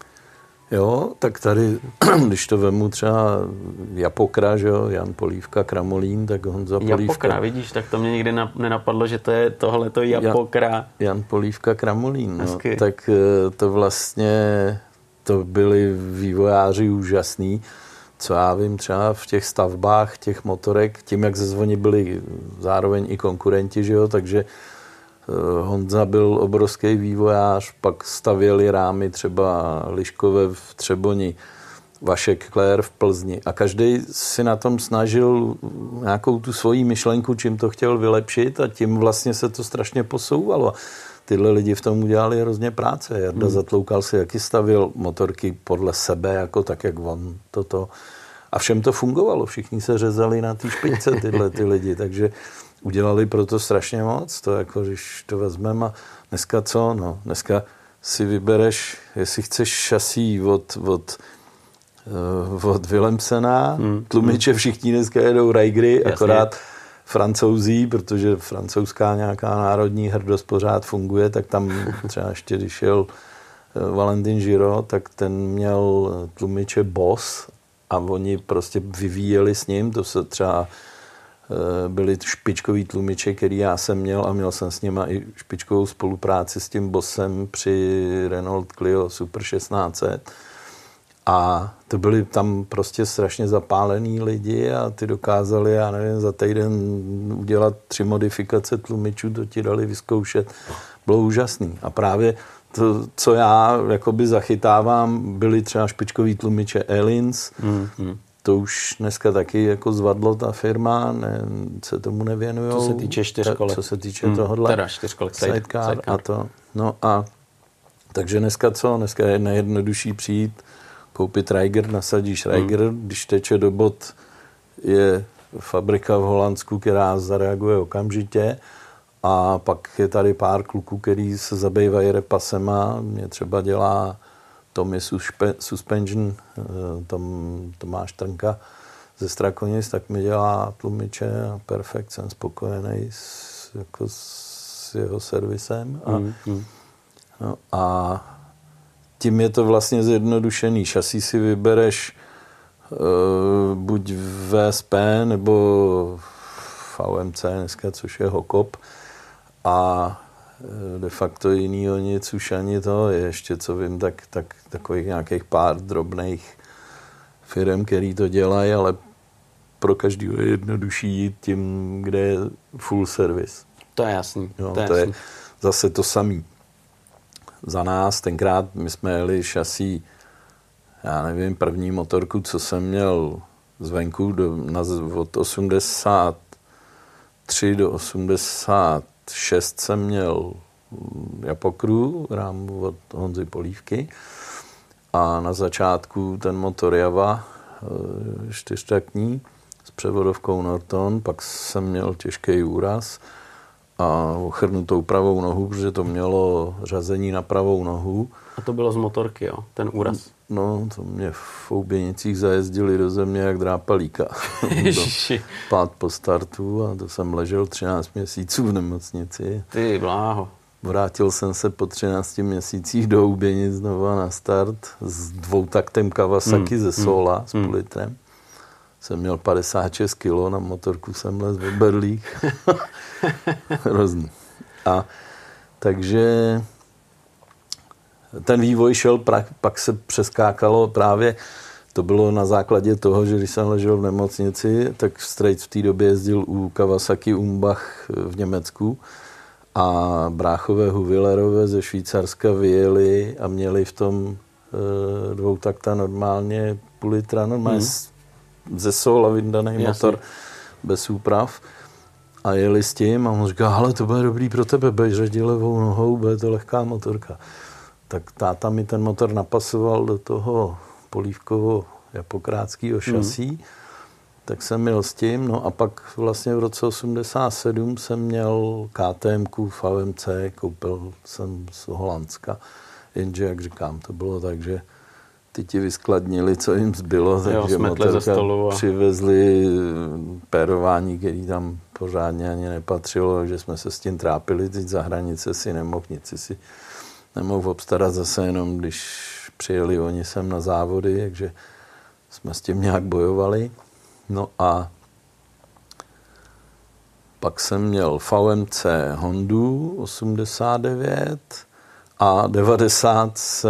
Jo, tak tady, když to vemu třeba Japokra, že jo, Jan Polívka, Kramolín, tak Honza Polívka. Japokra, vidíš, tak to mě nikdy nenapadlo, že to je tohleto Japokra. Jan, Jan Polívka, Kramolín, no, tak to vlastně, to byli vývojáři úžasný, co já vím třeba v těch stavbách těch motorek, tím, jak ze Zvoni byli zároveň i konkurenti, že jo, takže Honza byl obrovský vývojář, pak stavěli rámy třeba Liškové v Třeboni, Vašek Klér v Plzni a každý si na tom snažil nějakou tu svoji myšlenku, čím to chtěl vylepšit a tím vlastně se to strašně posouvalo. Tyhle lidi v tom udělali hrozně práce. Jarda hmm. Zatloukal si, jaký stavil motorky podle sebe, jako tak, jak on toto. A všem to fungovalo. Všichni se řezali na té špičce, tyhle ty lidi, takže udělali proto strašně moc, to jako, když to vezmeme a dneska co, no, dneska si vybereš, jestli chceš šasí od, od, uh, od Willemsena, hmm. tlumiče všichni dneska jedou Raigry, akorát Francouzí, protože francouzská nějaká národní hrdost pořád funguje, tak tam třeba ještě, když šel uh, Valentin Giro, tak ten měl tlumiče Boss a oni prostě vyvíjeli s ním, to se třeba byli špičkový tlumiče, který já jsem měl a měl jsem s nima i špičkovou spolupráci s tím Bossem při Renault Clio Super šestnáct set. A to byli tam prostě strašně zapálení lidi a ty dokázali, já nevím, za týden udělat tři modifikace tlumičů, to ti dali vyzkoušet. Bylo úžasný. A právě to, co já jakoby zachytávám, byly třeba špičkový tlumiče Elins, mm-hmm. To už dneska taky jako zvadlo ta firma, ne, se tomu nevěnujou. Co se týče čtyřkolek. Co se týče hmm, tohohle. Teda čtyřkolek, sidecar, sidecar a to. No a takže dneska co? Dneska je nejjednodušší přijít, koupit Raiger, nasadíš Raiger, hmm. když teče do bod, je fabrika v Holandsku, která zareaguje okamžitě a pak je tady pár kluků, který se zabývají repasema. Mě třeba dělá Tommy Suspension, tam Tomáš Trnka ze Strakonic, tak mi dělá tlumiče a perfekt, jsem spokojený s, jako s jeho servisem. A, mm, mm. No, a tím je to vlastně zjednodušený. Šasí si vybereš uh, buď V S P nebo V M C dneska, což je Hokop. A de facto jinýho nic už ani to je ještě, co vím, tak, tak takových nějakých pár drobných firm, který to dělají, ale pro každého je jednodušší jít tím, kde je full service. To je jasný. Jo, to je, to jasný. je zase to samý. Za nás tenkrát my jsme jeli šasí, já nevím, první motorku, co jsem měl zvenku do, na, od osmdesát tři do osmdesát šest jsem měl Japokru, rámu od Honzy Polívky a na začátku ten motor Java čtyřtaktní s převodovkou Norton, pak jsem měl těžký úraz a ochrnutou pravou nohu, protože to mělo řazení na pravou nohu. A to bylo z motorky, jo, ten úraz. No, to mě v Ouběnicích zajezdili do země jak drápalíka. Pád po startu a to jsem ležel třináct měsíců v nemocnici. Ty bláho. Vrátil jsem se po třinácti měsících do Ouběnic znova na start s dvoutaktem Kawasaki mm, ze Sola mm, s půl litrem. Jsem měl padesát šest kilo, na motorku jsem les v berlích. Hrozný. A takže ten vývoj šel, pak se přeskákalo právě, to bylo na základě toho, že když jsem ležel v nemocnici, tak Strejc v té době jezdil u Kawasaki Umbach v Německu a bráchové Huvillerové ze Švýcarska vyjeli a měli v tom e, dvoutakta normálně půl litra, normálně hmm. ze Sola vyndaný motor bez úprav a jeli s tím a on říká, ale to bude dobrý pro tebe, budeš řadit levou nohou, bude to lehká motorka. Tak táta mi ten motor napasoval do toho polívkovo-japokrátského šasí, hmm. tak jsem jel s tím, no a pak vlastně v roce osmdesát sedm jsem měl KTMku v A M C, koupil jsem z Holandska, jenže, jak říkám, to bylo tak, že ty ti vyskladnili, co jim zbylo, takže motorka a... přivezli pérování, který tam pořádně ani nepatřilo, že jsme se s tím trápili, teď za hranice si nemohl, nic si nemohl obstarat zase jenom, když přijeli oni sem na závody, takže jsme s tím nějak bojovali. No a pak jsem měl v A M C Hondu osmdesát devět a devadesát jsem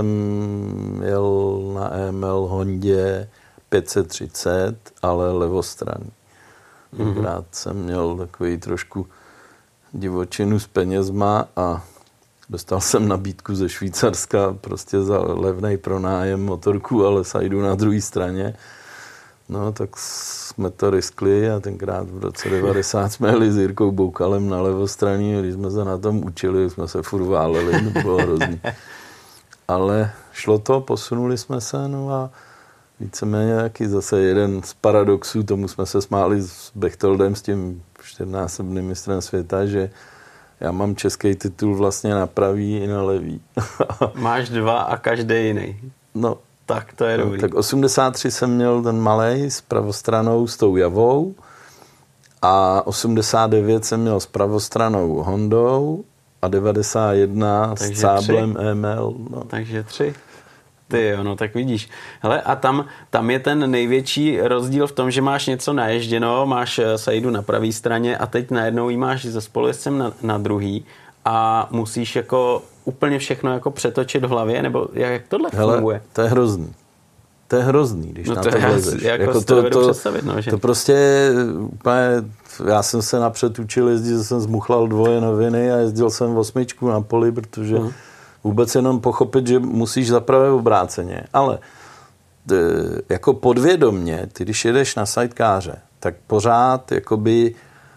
jel na E M L Hondě pět set třicet, ale levostranný. Tenkrát mm-hmm. jsem měl takový trošku divočinu s penězma a dostal jsem nabídku ze Švýcarska prostě za levnej pronájem motorku, ale sajdu na druhé straně. No, tak jsme to riskli a tenkrát v roce devadesát jsme jeli s Jirkou Boukalem na levostraní, když jsme se na tom učili, jsme se furt váleli, to bylo hrozný. Ale šlo to, posunuli jsme se, no a víceméně taky zase jeden z paradoxů, tomu jsme se smáli s Bechteldem, s tím čtyřnásobným mistrem světa, že já mám český titul vlastně na pravý i na levý. Máš dva a každý jiný. No, tak to je no, dobrý. Tak osmdesát tři jsem měl ten malej s pravostranou s tou Javou a osmdesát devět jsem měl s pravostranou Hondou a devadesát jedna takže s Cáblem tři. E M L. No. Takže tři. Ty jo, no tak vidíš. Hele, a tam, tam je ten největší rozdíl v tom, že máš něco naježděno, máš sajdu na pravé straně a teď najednou ji máš se spolujezdcem na, na druhý a musíš jako úplně všechno jako přetočit v hlavě, nebo jak tohle Hele, funguje? To je hrozný. To je hrozný, když no na to to vlezeš. Jako, jako to, to, to, no, že? to prostě úplně, já jsem se napřed učil jezdit, jsem zmuchlal dvoje noviny a jezdil jsem osmičku na poli, protože uh-huh. vůbec jenom pochopit, že musíš zaprvé obráceně. Ale jako podvědomně, ty když jedeš na sidekáře, tak pořád jakoby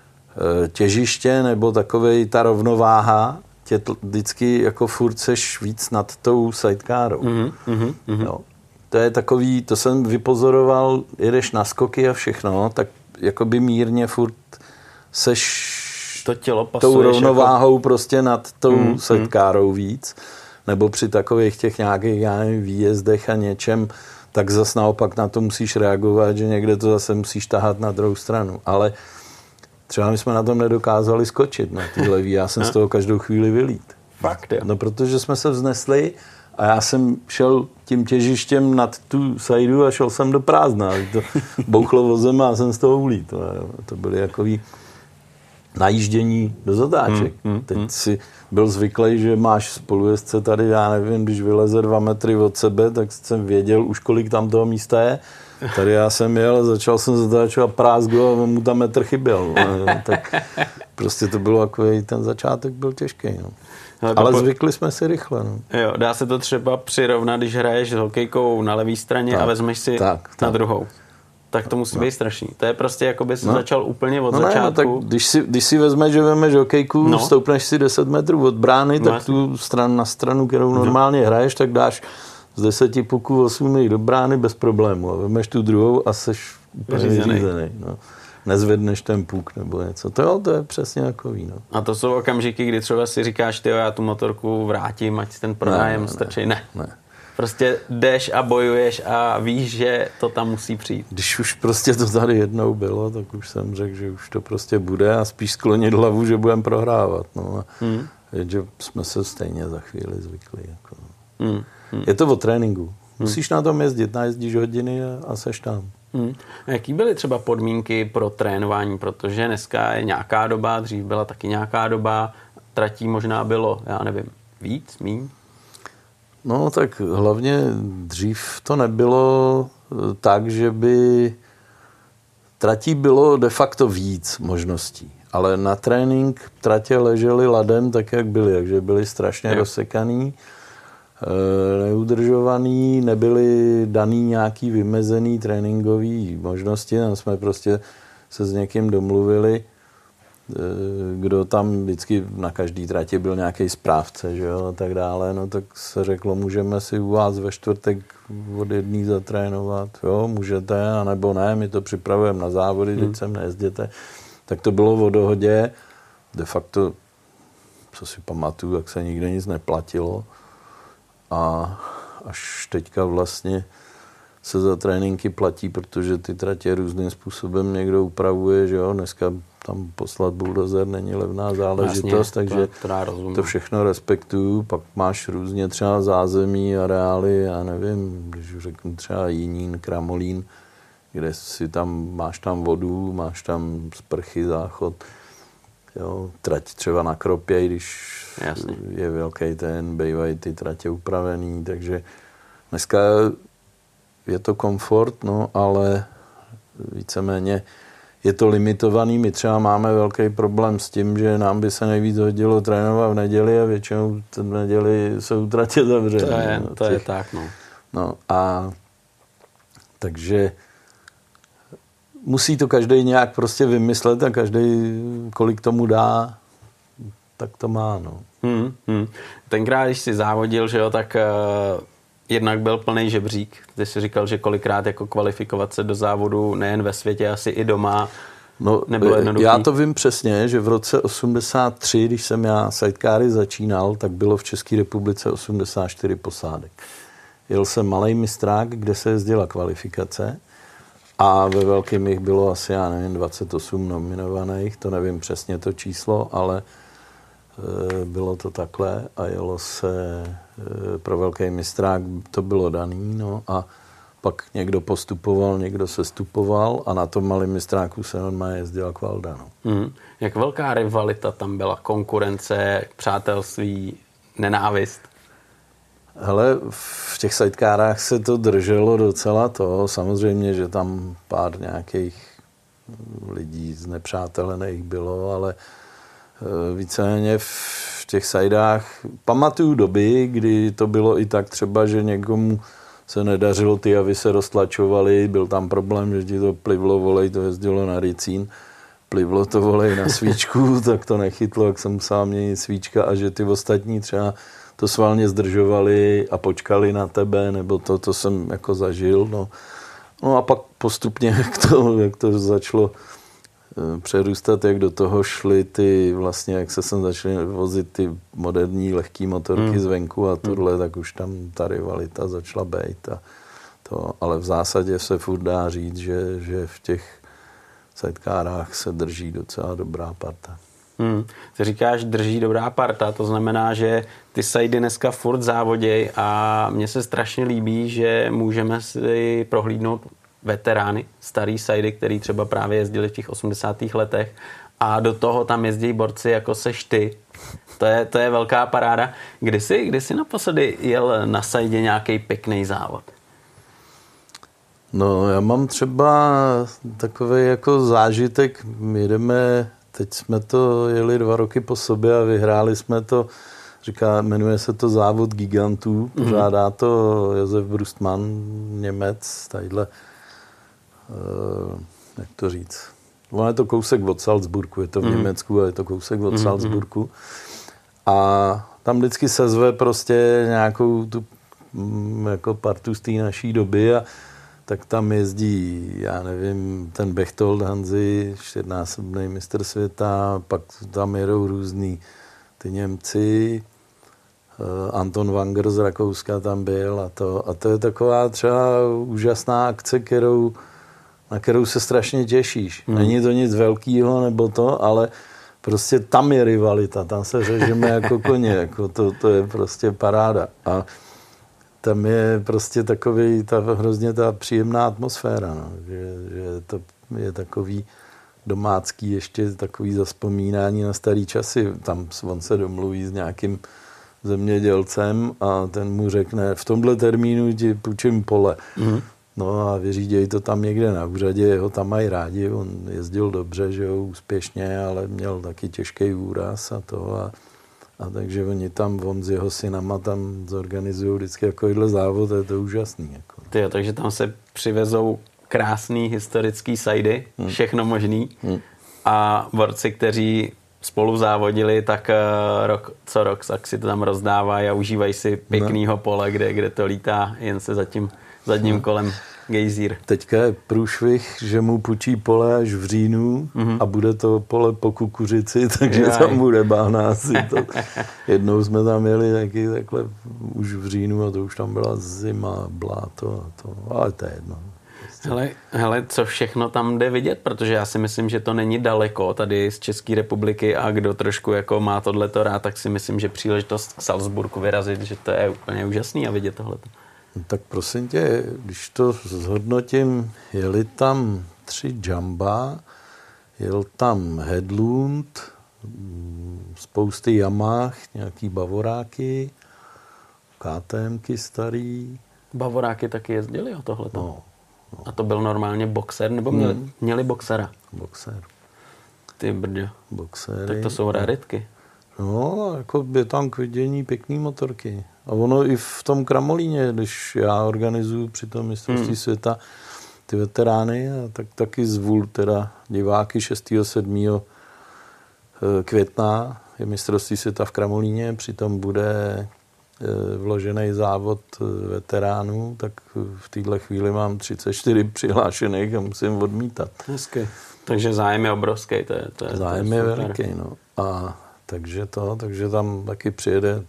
těžiště nebo takovej ta rovnováha tě vždycky jako furt seš víc nad tou sidekárou. Mm-hmm, mm-hmm. Jo. To je takový, to jsem vypozoroval, jedeš na skoky a všechno, tak jakoby mírně furt seš to tělo pasuješ tou rovnováhou jako... prostě nad tou mm, sidekárou mm. víc. Nebo při takových těch nějakých já nevím, výjezdech a něčem, tak zas naopak na to musíš reagovat, že někde to zase musíš tahat na druhou stranu. Ale třeba my jsme na tom nedokázali skočit na ty levý. Já jsem z toho každou chvíli vylít. Fakt, jo. No, protože jsme se vznesli a já jsem šel tím těžištěm nad tu sajdu a šel jsem do prázdna. To bouchlo vozem a jsem z toho ulít. To, to byly jakový najíždění do zatáček. Hmm, hmm, Teď hmm. si byl zvyklý, že máš spolujezdce tady, já nevím, když vyleze dva metry od sebe, tak jsem věděl už, kolik tam toho místa je. Tady já jsem jel a začal jsem zatáčovat prázgo a mu tam metr chyběl. No, tak prostě to bylo takový, ten začátek byl těžký. No. Ale, Ale po... zvykli jsme si rychle. No. Jo, dá se to třeba přirovnat, když hraješ s hokejkou na levé straně tak, a vezmeš si tak, na tak. druhou. Tak to musí no. být strašný. To je prostě jako by jsi no. začal úplně od no začátku. Ne, no tak když si, když si vezmeš, že vemeš hokejku, no. stoupneš si deset metrů od brány, no, tak jasný. tu stran na stranu, kterou normálně no. hraješ, tak dáš z deseti puků osm do brány bez problému. A vemeš tu druhou a seš úplně vyřízený. No. nezvedneš ten puk nebo něco. To, jo, to je přesně takový. No. A to jsou okamžiky, kdy třeba si říkáš, tyjo, já tu motorku vrátím, ať si ten pronájem stačí. Ne. ne. Prostě jdeš a bojuješ a víš, že to tam musí přijít. Když už prostě to tady jednou bylo, tak už jsem řekl, že už to prostě bude a spíš sklonit hlavu, že budeme prohrávat. No. Hmm. Že jsme se stejně za chvíli zvykli. Jako. Hmm. Hmm. Je to o tréninku. Musíš hmm. na tom jezdit, najezdíš hodiny a, a seš tam. Hmm. A jaký byly třeba podmínky pro trénování? Protože dneska je nějaká doba, dřív byla taky nějaká doba, tratí možná bylo, já nevím, víc, míň? No tak hlavně dřív to nebylo tak, že by tratí bylo de facto víc možností. Ale na trénink tratě ležely ladem tak, jak byly, takže byly strašně rozsekaný, neudržovaný, nebyly daný nějaký vymezený tréninkový možnosti, tam jsme prostě se s někým domluvili, kdo tam vždycky na každý tratě byl nějaký správce, že jo, a tak dále, no tak se řeklo, můžeme si u vás ve čtvrtek od jedný zatrénovat, jo, můžete, anebo ne, my to připravujeme na závody, hmm. teď sem nejezděte. Tak to bylo o dohodě, de facto, co si pamatuju, jak se nikde nic neplatilo a až teďka vlastně se za tréninky platí, protože ty tratě různým způsobem někdo upravuje, že jo, dneska tam poslat buldozer není levná záležitost, Jasně, takže to, to všechno respektuju, pak máš různě třeba zázemí, areály, já nevím, když řeknu třeba Jinín, Kramolín, kde si tam, máš tam vodu, máš tam sprchy, záchod, jo, trať třeba na Kropě, když Jasně. je velký ten, bývají ty tratě upravený, takže dneska je to komfort, no, ale víceméně je to limitovaný. My třeba máme velký problém s tím, že nám by se nejvíc hodilo trénovat v neděli a většinou v neděli jsou tratě zavřené. To je, no, to je tak, no. No a takže musí to každý nějak prostě vymyslet a každý, kolik tomu dá, tak to má, no. Hmm, hmm. Tenkrát, když jsi závodil, že jo, tak uh, jednak byl plný žebřík. Ty jsi říkal, že kolikrát jako kvalifikovat se do závodu nejen ve světě, asi i doma no, nebylo jednoduché. Já to vím přesně, že v roce osmdesát tři, když jsem já sidecary začínal, tak bylo v České republice osmdesát čtyři posádek. Jel jsem malej mistrák, kde se jezdila kvalifikace a ve velkým jich bylo asi, já nevím, dvacet osm nominovaných, to nevím přesně to číslo, ale e, bylo to takhle a jelo se e, pro velký mistrák, to bylo daný, no a pak někdo postupoval, někdo sestupoval a na tom malém mistráku se normálně jezdila kvalda, no. Hmm. Jak velká rivalita tam byla? Konkurence, přátelství, nenávist? Hele, v těch sidecárách se to drželo docela to. Samozřejmě, že tam pár nějakých lidí znepřátelených bylo, ale víceméně v těch sidách pamatuju doby, kdy to bylo i tak třeba, že někomu se nedařilo, ty javy se roztlačovaly, byl tam problém, že ti to plivlo volej, to jezdilo na ricín, plivlo to volej na svíčku, tak to nechytlo, jak jsem musel měnit svíčka a že ty ostatní třeba to svalně zdržovali a počkali na tebe, nebo to, to jsem jako zažil. No, no a pak postupně, jak to, jak to začalo přerůstat, jak do toho šly ty, vlastně, jak se sem začaly vozit ty moderní lehký motorky hmm. zvenku a tohle, tak už tam ta rivalita začala být. A to, ale v zásadě se furt dá říct, že, že v těch sidecárách se drží docela dobrá parta. Hmm. Ty říkáš, drží dobrá parta, to znamená, že ty sajdy dneska furt závoděj a mně se strašně líbí, že můžeme si prohlídnout veterány, starý sajdy, který třeba právě jezdili v těch osmdesátých letech a do toho tam jezdí borci jako seš ty. To je, to je velká paráda. Kdy jsi, kdy jsi naposledy jel na sajdě nějaký pěkný závod? No, já mám třeba takový jako zážitek, jedeme, teď jsme to jeli dva roky po sobě a vyhráli jsme to, říká, jmenuje se to Závod gigantů, pořádá to Josef Brustmann, Němec, tadyhle, uh, jak to říct, ono je to kousek od Salzburgu, je to v mm. Německu a je to kousek od mm. Salzburgu a tam vždycky sezve prostě nějakou tu jako partu z té naší doby a tak tam jezdí, já nevím, ten Bechtold Hanzi, čtyřnásobný mistr světa, pak tam jedou různý ty Němci, Anton Wanger z Rakouska tam byl a to, a to je taková třeba úžasná akce, kterou, na kterou se strašně těšíš. Hmm. Není to nic velkého nebo to, ale prostě tam je rivalita, tam se řežeme jako koně, jako to, to je prostě paráda. A tam je prostě takový, ta, hrozně ta příjemná atmosféra, no, že, že to je takový domácký ještě takový zazpomínání na starý časy. Tam on se domluví s nějakým zemědělcem a ten mu řekne, v tomhle termínu ti půjčím pole. Mm. No a vyřídějí to tam někde na úřadě, ho tam mají rádi, on jezdil dobře, že jo, úspěšně, ale měl taky těžký úraz a to a, a takže oni tam, on s jeho synama tam zorganizují vždycky takovýhle závod a je to úžasný. Jako. Tyjo, takže tam se přivezou krásný historický sajdy, hmm. všechno možný hmm. a borci, kteří spolu závodili, tak rok co rok tak si to tam rozdávají a užívají si pěknýho pole, kde, kde to lítá jen se za tím zadním no. kolem gejzír. Teďka je průšvih, že mu půjčí pole až v říjnu mm-hmm. a bude to pole po kukuřici, takže Jaj. tam bude báhna asi. To. Jednou jsme tam jeli taky takhle už v říjnu a to už tam byla zima, bláto a to, ale to je jedno. Hele, hele, co všechno tam jde vidět, protože já si myslím, že to není daleko tady z České republiky a kdo trošku jako má tohleto rád, tak si myslím, že příležitost k Salzburgu vyrazit, že to je úplně úžasný a vidět tohleto. No, tak prosím tě, když to zhodnotím, jeli tam tři Jamba, jel tam Hedlund, spousty Yamah, nějaký Bavoráky, KTMky starý. Bavoráky taky jezdili o tohleto? No. No. A to byl normálně boxer, nebo měli, hmm. měli boxera? Boxer. Ty brďo. Boxery. Tak to jsou raritky. No, jako je tam k vidění pěkný motorky. A ono i v tom Kramolíně, když já organizuju při tom mistrovství hmm. světa ty veterány, a tak taky zvu teda diváky šestého sedmého května je mistrovství světa v Kramolíně, přitom bude vložený závod veteránů, tak v téhle chvíli mám třicet čtyři přihlášených a musím odmítat. Hezky. Takže zájem je obrovský. To je, to je, zájem to je, je veliký, no. A takže to, takže tam taky přijede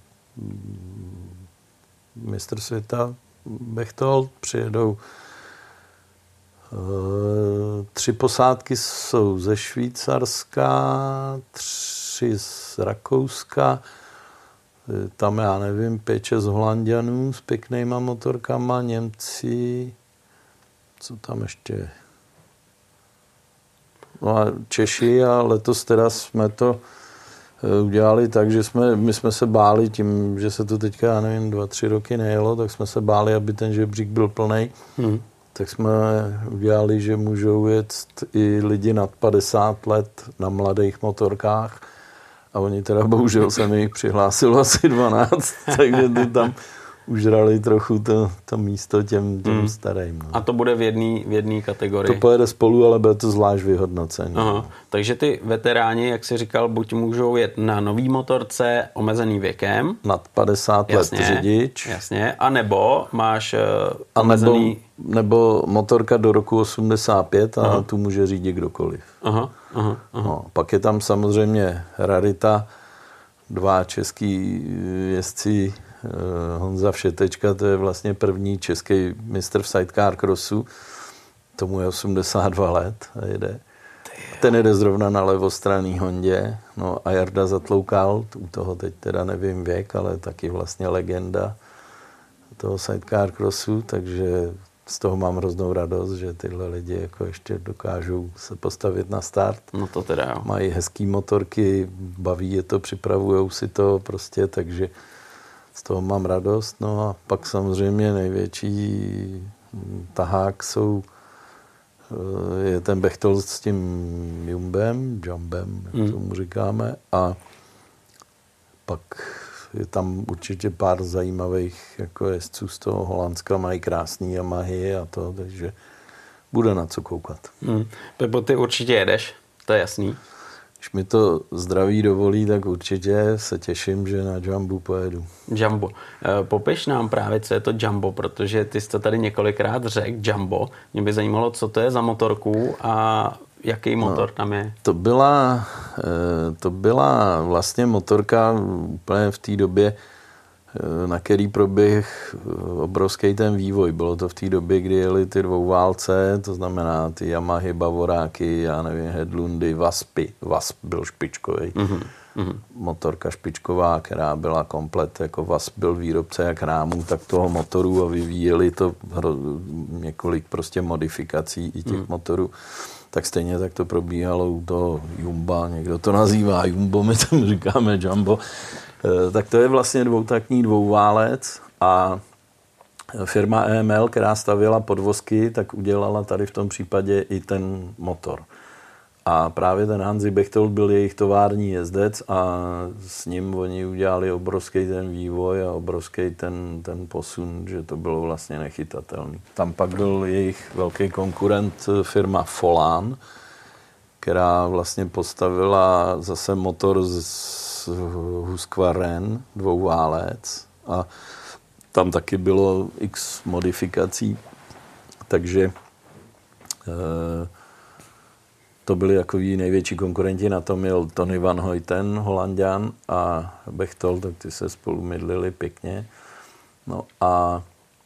mistr světa Bechtold, přijedou uh, tři posádky jsou ze Švýcarska, tři z Rakouska, tam já nevím, pět, šest Holanďanů s pěknýma motorkama, Němci, co tam ještě, no a Češi a letos teda jsme to udělali tak, že jsme, my jsme se báli tím, že se to teďka, já nevím, dva, tři roky nejelo, tak jsme se báli, aby ten žebřík byl plnej. Hmm. Tak jsme udělali, že můžou jet i lidi nad padesát let na mladých motorkách a oni teda bohužel se mi jich přihlásilo asi dvanáct, takže ty tam užrali trochu to, to místo těm, těm hmm. starým. No. A to bude v jedné v jedné kategorii? To pojede spolu, ale bude to zvlášť vyhodnocení. Aha. Takže ty veteráni, jak jsi říkal, buď můžou jet na nový motorce omezený věkem. Nad padesát jasně, let řidič. Jasně. A nebo máš uh, omezený... Nebo, nebo motorka do roku osmdesát pět a aha. tu může řídit kdokoliv. Aha, aha, aha. No, pak je tam samozřejmě rarita, dva český jezdci, Honza Všetečka, to je vlastně první český mistr v sidecar crossu. Tomu je osmdesát dva let a jede. Ten jede zrovna na levostranný Hondě. No a Jarda Zatloukal, u toho teď teda nevím věk, ale taky vlastně legenda toho sidecar crossu, takže z toho mám hroznou radost, že tyhle lidi jako ještě dokážou se postavit na start. No to teda jo. Mají hezký motorky, baví je to, připravujou si to prostě, takže z toho mám radost. No a pak samozřejmě největší tahák jsou, je ten Bechtold s tím Jumbem, Jumbem, jak mm. tomu říkáme. A pak je tam určitě pár zajímavých jako jezdců z toho Holandska, mají krásný Yamahy a to, takže bude na co koukat. Mm. Pepo, ty určitě jedeš, to je jasný. Když mi to zdraví dovolí, tak určitě se těším, že na Jumbu pojedu. Jumbo. Popiš nám právě, co je to Jumbo, protože ty jsi to tady několikrát řekl, Jumbo. Mě by zajímalo, co to je za motorku a jaký motor no, tam je. To byla, to byla vlastně motorka úplně v té době, na který proběh obrovský ten vývoj. Bylo to v té době, kdy jeli ty dvouválce, to znamená ty Yamahy, Bavoráky, já nevím, Hedlundy, Waspy. Wasp byl špičkový. Mm-hmm. Motorka špičková, která byla komplet, jako Wasp byl výrobce jak rámů, tak toho motoru a vyvíjeli to několik prostě modifikací i těch mm. motorů. Tak stejně tak to probíhalo u toho Jumba, někdo to nazývá Jumbo, my tam říkáme Jumbo. Tak to je vlastně dvoutaktní dvouválec a firma E M L, která stavěla podvozky, tak udělala tady v tom případě i ten motor. A právě ten Hansi Bechtold byl jejich tovární jezdec a s ním oni udělali obrovský ten vývoj a obrovský ten, ten posun, že to bylo vlastně nechytatelný. Tam pak byl jejich velký konkurent firma Folan, která vlastně postavila zase motor z Husqvarna, dvouválec a tam taky bylo x modifikací, takže e, to byli takový největší konkurenti, na tom jel Tony Van Hoyten, Holanďan a Bechtold, tak ty se spolu mydlili pěkně. No a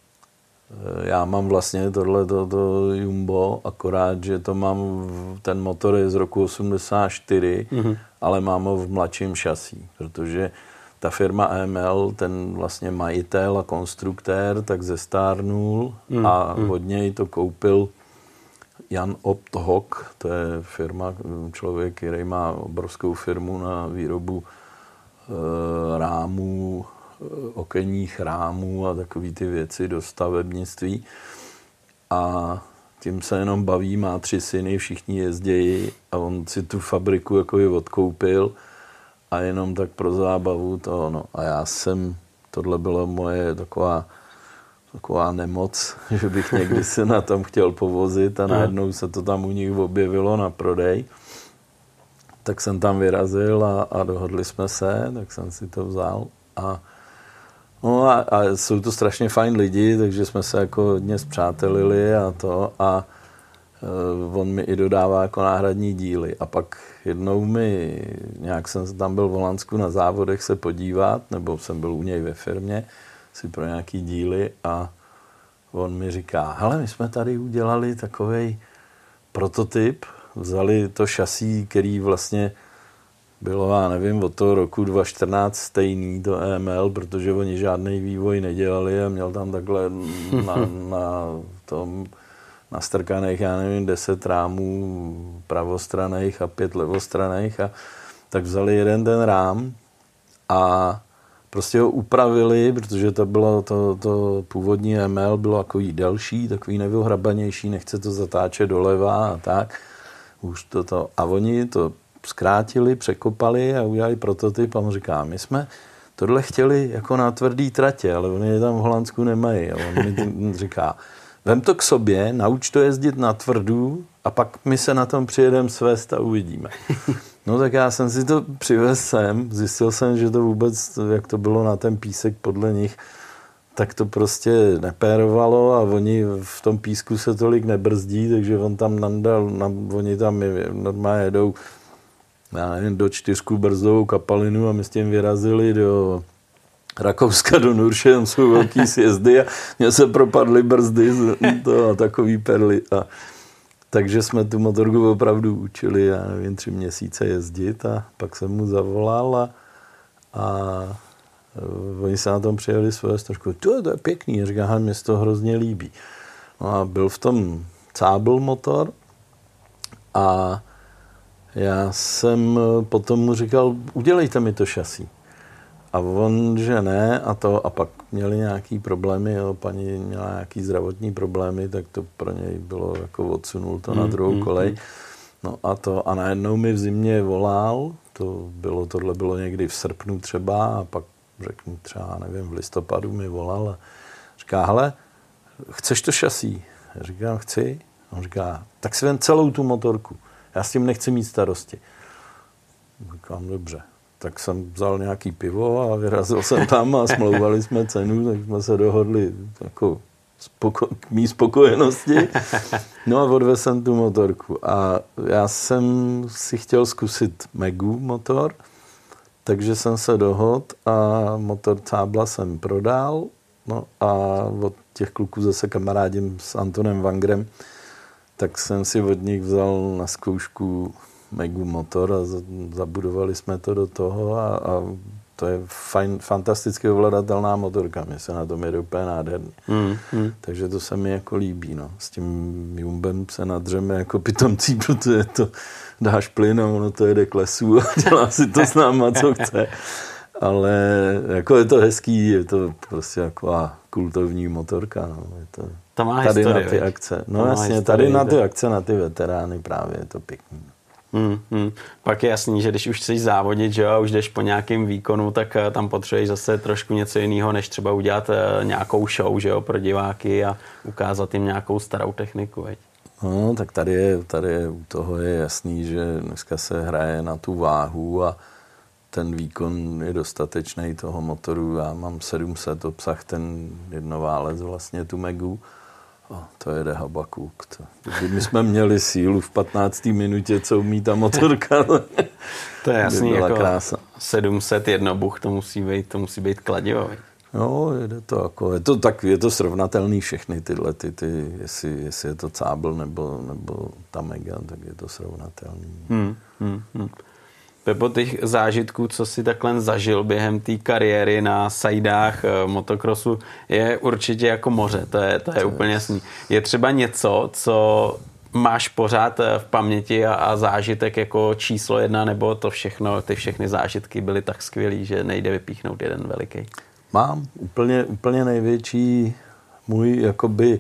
já mám vlastně tohle to, to Jumbo, akorát, že to mám, ten motor je z roku osmdesát čtyři, mm-hmm. ale mám ho v mladším šasí, protože ta firma E M L, ten vlastně majitel a konstruktér, tak zestárnul mm, a mm. od něj to koupil Jan Opt Hock, to je firma, člověk, který má obrovskou firmu na výrobu e, rámů, okenních rámů a takový ty věci do stavebnictví. A tím se jenom baví, má tři syny, všichni jezdějí a on si tu fabriku jako ji odkoupil a jenom tak pro zábavu to, no. A já jsem, tohle byla moje taková, taková nemoc, že bych někdy se na tom chtěl povozit a najednou se to tam u nich objevilo na prodej. Tak jsem tam vyrazil a, a dohodli jsme se, tak jsem si to vzal a No a, a jsou to strašně fajn lidi, takže jsme se jako hodně spřátelili a to a uh, on mi i dodává jako náhradní díly. A pak jednou mi, nějak jsem tam byl v Holandsku na závodech se podívat, nebo jsem byl u něj ve firmě, si pro nějaký díly a on mi říká, hele, my jsme tady udělali takovej prototyp, vzali to šasí, který vlastně bylo, já nevím, od toho roku dva tisíce čtrnáct stejný to E M L, protože oni žádný vývoj nedělali a měl tam takhle na, na tom nastrkaných, já nevím, deset rámů pravostranných a pět levostranných a tak vzali jeden ten rám a prostě ho upravili, protože to bylo to, to původní E M L bylo takový delší, takový nevyhrabanější, nechce to zatáčet doleva a tak. Už to, to a oni to zkrátili, překopali a udělali prototyp a on říká, my jsme tohle chtěli jako na tvrdý tratě, ale oni je tam v Holandsku nemají. A on mi říká, vem to k sobě, nauč to jezdit na tvrdu a pak my se na tom přijedeme svést a uvidíme. No tak já jsem si to přivez sem, zjistil jsem, že to vůbec, jak to bylo na ten písek podle nich, tak to prostě nepérovalo a oni v tom písku se tolik nebrzdí, takže on tam nandal, na, oni tam normálně jedou já nevím, do čtyřku brzdovou kapalinu a my s tím vyrazili do Rakouska, do Nurše, tam jsou velký sjezdy a mě se propadly brzdy to a takový perly. A takže jsme tu motorku opravdu učili, já nevím, tři měsíce jezdit a pak jsem mu zavolal a, a oni se na tom přijeli svoje trošku, to, to je pěkný, a říká, mě se to hrozně líbí. No a byl v tom cábl motor a já jsem potom mu říkal, udělejte mi to šasí. A on, že ne, a to, a pak měli nějaký problémy, jo, paní měla nějaký zdravotní problémy, tak to pro něj bylo, jako odsunul to mm, na druhou kolej. Mm, no a to, a najednou mi v zimě volal, to bylo, tohle bylo někdy v srpnu třeba, a pak řeknu třeba, nevím, v listopadu mi volal a říká, hele, chceš to šasí? Já říkám, chci. A on říká, tak si vem celou tu motorku. Já s tím nechci mít starosti. Říkám, dobře. Tak jsem vzal nějaký pivo a vyrazil jsem tam a smlouvali jsme cenu, tak jsme se dohodli jako spoko- k mý spokojenosti. No a odvezl jsem tu motorku. A já jsem si chtěl zkusit Megu motor, takže jsem se dohodl a motor Cábla jsem prodal. No a od těch kluků zase kamarádím s Antonem Wangrem, tak jsem si od nich vzal na zkoušku Megu motor a zabudovali jsme to do toho a, a to je fajn, fantasticky ovladatelná motorka. Mně se na tom jede úplně nádherně. Mm, mm. Takže to se mi jako líbí. No. S tím Jumbem se nadřeme jako pitomcí, protože to dáš plyn a ono to jede k lesu a dělá si to s náma, co chce. Ale jako je to hezký, je to prostě taková kultovní motorka. No. Je to, to má tady historii, na ty veď? akce. No jasně, tady na ty akce, na ty veterány právě je to pěkný. Hmm, hmm. Pak je jasný, že když už chceš závodit, že jo, a už jdeš po nějakém výkonu, tak uh, tam potřebuješ zase trošku něco jiného, než třeba udělat uh, nějakou show, že jo, pro diváky a ukázat jim nějakou starou techniku, veď? No, tak tady je, tady je, u toho je jasný, že dneska se hraje na tu váhu a ten výkon je dostatečný toho motoru. Já mám sedm set obsah, ten jednoválec vlastně tu Megu. A to jede habakuk. Kdyby jsme měli sílu v patnácté minutě, co umí ta motorka, to je jasný, by jako krása. sedm set jednobuch, to musí být, to musí být kladivo. No, jede to jako, je to tak, je to srovnatelný všechny tyhle, ty, ty, jestli, jestli je to Cábl nebo, nebo ta Mega, tak je to srovnatelný. Hmm, hmm, hmm. Pepo, těch zážitků, co jsi takhle zažil během té kariéry na sajdách motokrosu, je určitě jako moře, to je, to je to úplně jasný. Je třeba něco, co máš pořád v paměti a, a zážitek jako číslo jedna, nebo to všechno, ty všechny zážitky byly tak skvělý, že nejde vypíchnout jeden veliký? Mám úplně, úplně největší můj, jakoby,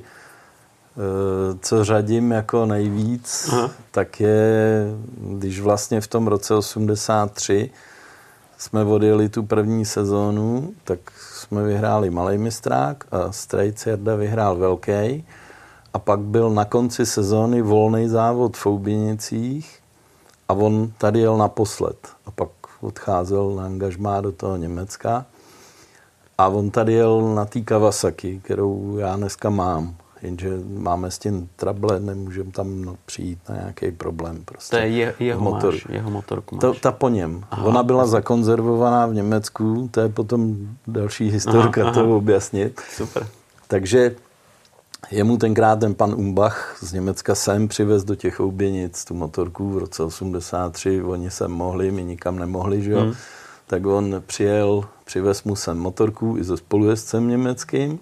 co řadím jako nejvíc, Aha. tak je, když vlastně v tom roce osmdesát tři jsme odjeli tu první sezónu, tak jsme vyhráli malej mistrák a Strejc Jarda vyhrál velký a pak byl na konci sezóny volný závod v Ouběnicích a on tady jel naposled a pak odcházel na angažmá do toho Německa a on tady jel na té Kawasaki, kterou já dneska mám. Jenže máme s tím trable, nemůžeme tam přijít na nějaký problém. Prostě. To je je, jeho, motor. máš, jeho motorku máš. Ta, ta po něm. Aha, Ona byla asi zakonzervovaná v Německu, to je potom další historka, aha, aha. to objasnit. Super. Takže jemu tenkrát ten pan Umbach z Německa sem přivez do těch Ouběnic tu motorku v roce osmdesát tři, oni sem mohli, my nikam nemohli, že jo. Hmm. Tak on přijel, přivez mu sem motorku i se spolujezdcem německým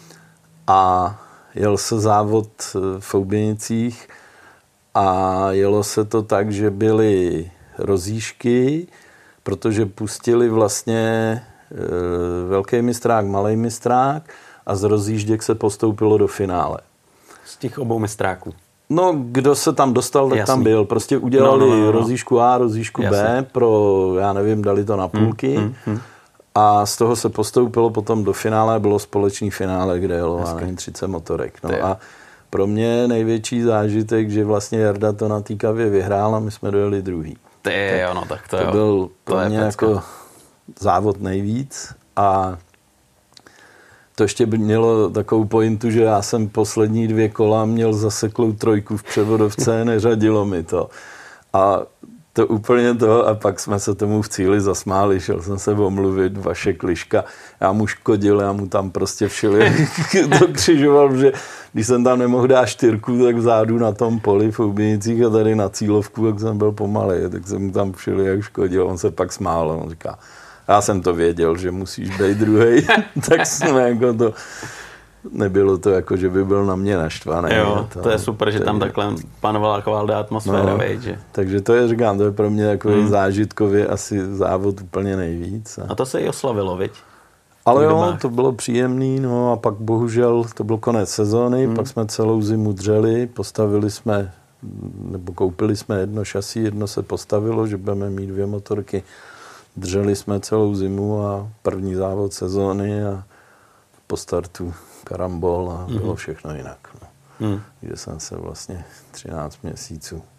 a jel se závod v Ouběnicích a jelo se to tak, že byly rozjížďky, protože pustili vlastně e, velký mistrák, malý mistrák a z rozjížděk se postoupilo do finále. Z těch obou mistráků? No, kdo se tam dostal, tak Jasný. tam byl. Prostě udělali no, no, no, no. rozjížďku A, rozjížďku Jasný. B pro, já nevím, dali to na půlky. Hmm, hmm, hmm. A z toho se postoupilo potom do finále, bylo společný finále, kde jelo nevím, třicet motorek. No a pro mě největší zážitek, že vlastně Jarda to na té Kavě vyhrál a my jsme dojeli druhý. Ty, tak ono, tak to, to jo. byl pro to mě jako závod nejvíc a to ještě by mělo takovou pointu, že já jsem poslední dvě kola měl zaseklou trojku v převodovce, neřadilo mi to. A to úplně to a pak jsme se tomu v cíli zasmáli, šel jsem se omluvit, Vašek Liška, já mu škodil, já mu tam prostě všeli to křižoval, že když jsem tam nemohl dát čtyřku, tak vzadu na tom poli v Ouběnicích a tady na cílovku, tak jsem byl pomalej, tak jsem mu tam všeli jak škodil, on se pak smál, on říká, já jsem to věděl, že musíš být druhej, tak jsme jako to, nebylo to jako, že by byl na mě naštvaný. Jo, to, to je super, že tam takhle panovala taková atmosféra, no, veď, že? Takže to je, říkám, to je pro mě takový hmm. zážitkově asi závod úplně nejvíc. A, a to se i oslavilo, viď? Ale jo, dobách. To bylo příjemný, no a pak bohužel to byl konec sezóny, hmm. pak jsme celou zimu dřeli, postavili jsme, nebo koupili jsme jedno šasí, jedno se postavilo, že budeme mít dvě motorky. Drželi jsme celou zimu a první závod sezóny a po startu karambol a bylo všechno jinak. No. Mm. Kde jsem se vlastně třináct měsíců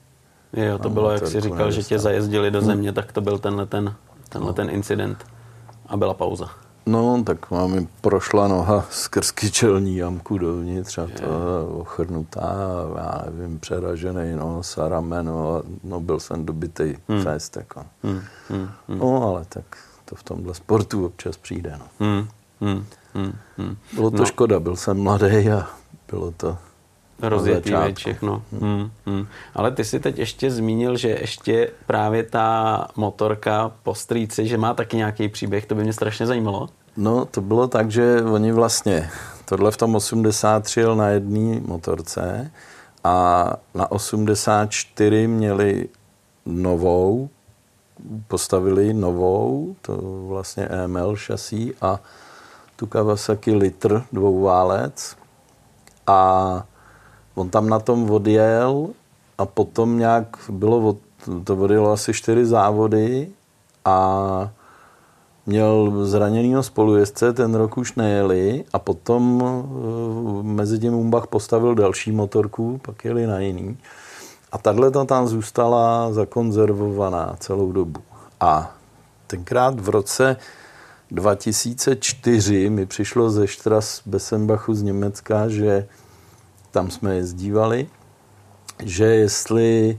Jo, to bylo, jak jsi říkal, že tě zajezdili do země, hmm. tak to byl tenhle ten, tenhle no. ten incident a byla pauza. No, tak mám prošla noha skrz kyčelní jamku dovnitř a to ochrnutá, já nevím, přeražený nos a rameno, no byl jsem dobitej hmm. fest, jako. Hmm. Hmm. Hmm. No, ale tak to v tomhle sportu občas přijde, no. Hmm. Hmm. Hmm. Hmm. Bylo to no. škoda, byl jsem mladý a bylo to rozjetý všechno. Hmm. Hmm. Ale ty si teď ještě zmínil, že ještě právě ta motorka po strýci, že má taky nějaký příběh, to by mě strašně zajímalo. No, to bylo tak, že oni vlastně tohle v tom osmdesát tři jel na jedné motorce a na osmdesát čtyři měli novou, postavili novou, to vlastně E M L šasí a tu Kawasaki litr dvouválec a on tam na tom odjel a potom nějak bylo, to odjelo asi čtyři závody a měl zraněnýho spolujezdce, ten rok už nejeli a potom mezi tím Umbach postavil další motorku, pak jeli na jiný. A tahle to tam zůstala zakonzervovaná celou dobu. A tenkrát v roce dva tisíce čtyři mi přišlo ze Štras Bessenbachu z Německa, že tam jsme jezdívali, že jestli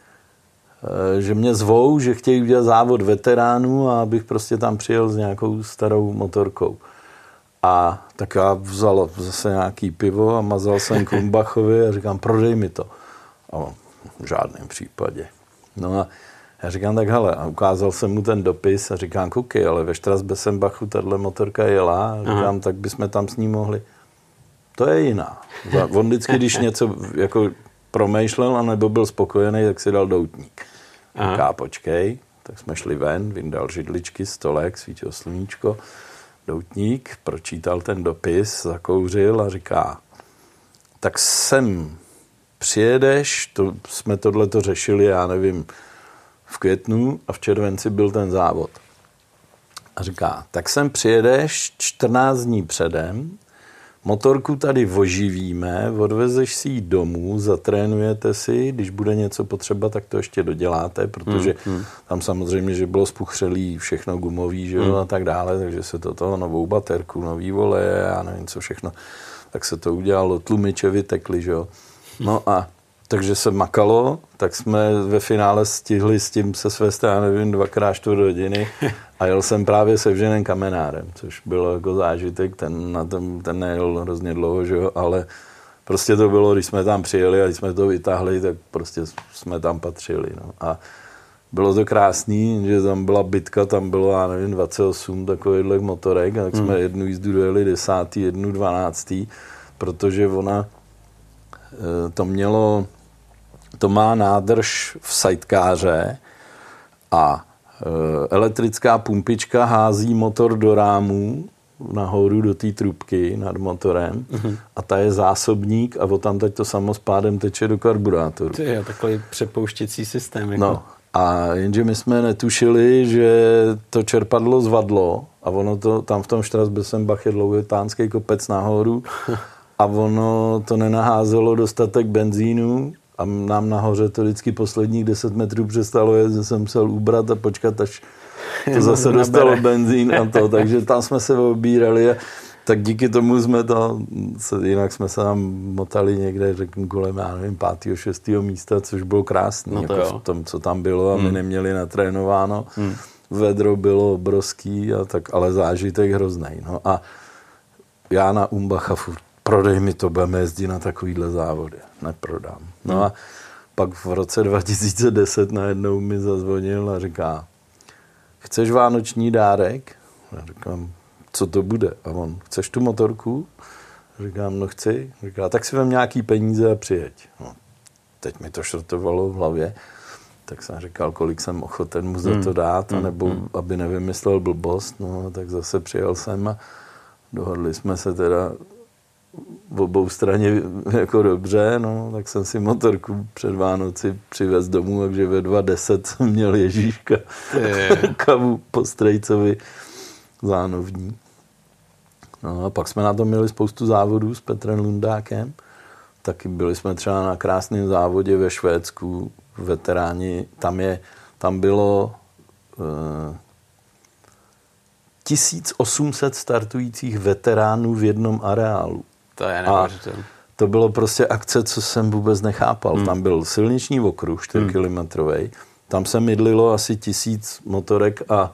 že mě zvou, že chtějí udělat závod veteránů a abych prostě tam přijel s nějakou starou motorkou. A tak já vzal zase nějaký pivo a mazal jsem k Umbachovi a říkám, prodej mi to. A on, v žádném případě. No a já říkám, tak hele, a ukázal jsem mu ten dopis a říkám, koukej, ale ve Strasbessenbachu tahle motorka jela a říkám, aha, tak bychom tam s ní mohli. To je jiná. On vždycky, když něco jako promýšlel a nebo byl spokojený, tak si dal doutník. Říká, počkej, tak jsme šli ven, vyndal židličky, stolek, svítilo sluníčko, doutník, pročítal ten dopis, zakouřil a říká, tak sem přijedeš, to jsme tohleto řešili, já nevím, v květnu a v červenci byl ten závod. A říká, tak sem přijedeš čtrnáct dní předem, motorku tady oživíme, odvezeš si ji domů, zatrénujete si, když bude něco potřeba, tak to ještě doděláte, protože hmm, hmm. tam samozřejmě, že bylo spuchřelý všechno gumový, že jo, hmm. a tak dále, takže se to toho, novou baterku, nový voleje, já nevím co všechno, tak se to udělalo, tlumiče vytekly, že jo. No a takže se makalo, tak jsme ve finále stihli s tím se svést, já nevím, dvakrát čtvrt hodiny a jel jsem právě se Evženem Kamenárem, což bylo jako zážitek, ten, na tom, ten nejel hrozně dlouho, že jo, ale prostě to bylo, když jsme tam přijeli a když jsme to vytáhli, tak prostě jsme tam patřili, no. A bylo to krásný, že tam byla bitka, tam bylo, já nevím, dvacet osm takovýchhle motorek a tak jsme hmm. jednu jízdu dojeli desátý, jednu dvanáctý, protože ona to mělo, to má nádrž v sidekáře a e, elektrická pumpička hází motor do rámu nahoru do té trubky nad motorem uh-huh. a ta je zásobník a odtamtud to samospádem teče do karburátoru. To je takový přepouštěcí systém. Jako. No a jenže my jsme netušili, že to čerpadlo zvadlo a ono to, tam v tom Strasbessenbach je dlouhotánský kopec nahoru a ono to nenaházelo dostatek benzínu a nám nahoře to vždycky posledních deset metrů přestalo jet, že jsem musel ubrat a počkat, až to zase dostalo benzín a to, takže tam jsme se obírali a tak díky tomu jsme to, jinak jsme se tam motali někde, řeknu, kolem, já nevím, pátého, šestého místa, což bylo krásný, no jako v tom, co tam bylo a my hmm. neměli natrénováno. Hmm. Vedro bylo obrovský, a tak, ale zážitek hroznej. No a já na Umbacha furt, prodej mi to, budeme jezdit na takovýhle závody. Neprodám. No hmm. a pak v roce dva tisíce deset najednou mi zazvonil a říká, chceš vánoční dárek? Já říkám, co to bude? A on, chceš tu motorku? Říkám, no chci. Říká, tak si vem nějaký peníze a přijeď. No, teď mi to šrotovalo v hlavě, tak jsem říkal, kolik jsem ochoten mu za to dát, hmm. anebo hmm. aby nevymyslel blbost. No, tak zase přijel jsem a dohodli jsme se teda v obou straně jako dobře, no, tak jsem si motorku před Vánoci přivez domů, takže ve dva deset jsem měl Ježíška kavu po Strejcovi zánovní. No a pak jsme na to měli spoustu závodů s Petrem Lundákem. Taky byli jsme třeba na krásném závodě ve Švédsku veteráni, tam, je, tam bylo uh, tisíc osm set startujících veteránů v jednom areálu. To je neuvěřitelné. To bylo prostě akce, co jsem vůbec nechápal. Hmm. Tam byl silniční okruh čtyřkilometrový, hmm. tam se mydlilo asi tisíc motorek a,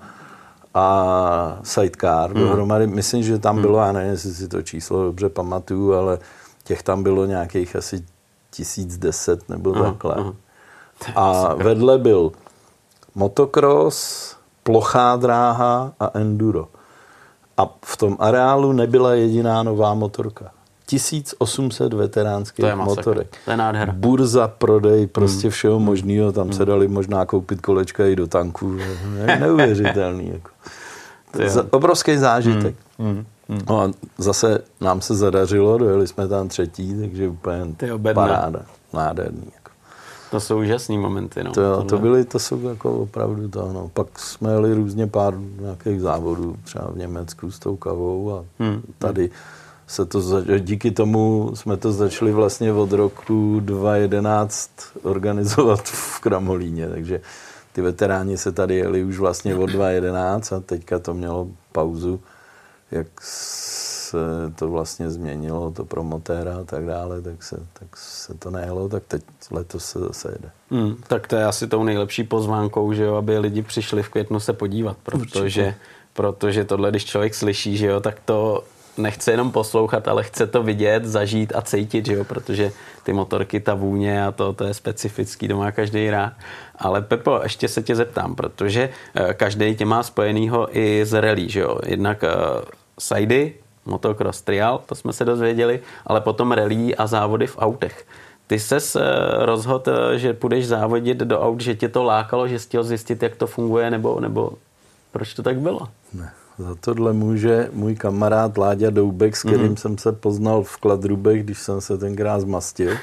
a sidecar hmm. dohromady. Myslím, že tam bylo, já nevím, jestli si to číslo dobře pamatuju, ale těch tam bylo nějakých asi tisíc deset nebo hmm. takhle. Hmm. A vedle byl motocross, plochá dráha a enduro. A v tom areálu nebyla jediná nová motorka. tisíc osm set veteránských to motorek. To je nádhera. Burza, prodej, prostě hmm. všeho možného. Tam hmm. se dali možná koupit kolečka i do tanků. Neuvěřitelný. Jako. Za, obrovský zážitek. Hmm. Hmm. No a zase nám se zadařilo, dojeli jsme tam třetí, takže úplně paráda. Nádherný. Jako. To jsou úžasný momenty. No. To, to byly, to jsou jako opravdu to. No. Pak jsme jeli různě pár nějakých závodů, třeba v Německu s tou kavou a hmm. tady se to zač- díky tomu jsme to začali vlastně od roku dva tisíce jedenáct organizovat v Kramolíně, takže ty veteráni se tady jeli už vlastně od dva tisíce jedenáct a teďka to mělo pauzu, jak se to vlastně změnilo, to promotéra a tak dále, tak se, tak se to nejelo, tak teď letos se zase jede. Hmm, tak to je asi tou nejlepší pozvánkou, že jo, aby lidi přišli v květnu se podívat, protože, protože tohle, když člověk slyší, že jo, tak to nechce jenom poslouchat, ale chce to vidět, zažít a cítit, že jo, protože ty motorky, ta vůně a to, to je specifický, to má každý rád. Ale Pepo, ještě se tě zeptám, protože každý tě má spojenýho i z rally, že jo, jednak uh, sajdy, motocross trial, to jsme se dozvěděli, ale potom rally a závody v autech. Ty ses uh, rozhodl, že půjdeš závodit do aut, že tě to lákalo, že jsi chtěl zjistit, jak to funguje, nebo, nebo proč to tak bylo? Ne. Za tohle může můj kamarád Láďa Doubek, s kterým mm. jsem se poznal v Kladrubech, když jsem se tenkrát zmastil.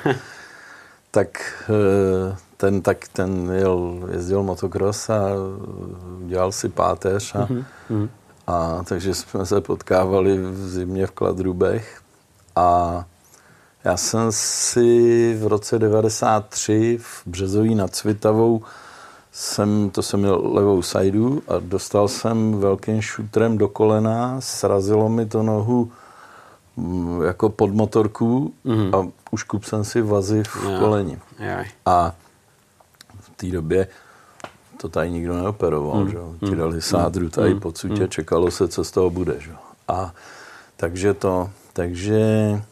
tak ten, tak ten jel, jezdil motocross a dělal si páteř. A, mm. a takže jsme se potkávali v zimě v Kladrubech. A já jsem si v roce devadesát tři v Březoví nad Svitavou Jsem, to jsem měl levou sajdu a dostal jsem velkým šutrem do kolena, srazilo mi to nohu jako pod motorku mm. a uškup jsem si vazy v yeah. koleni. Yeah. A v té době to tady nikdo neoperoval, mm. že? Ti dali sádru tady mm. pod sutě, mm. čekalo se, co z toho bude. Že? A takže to, takže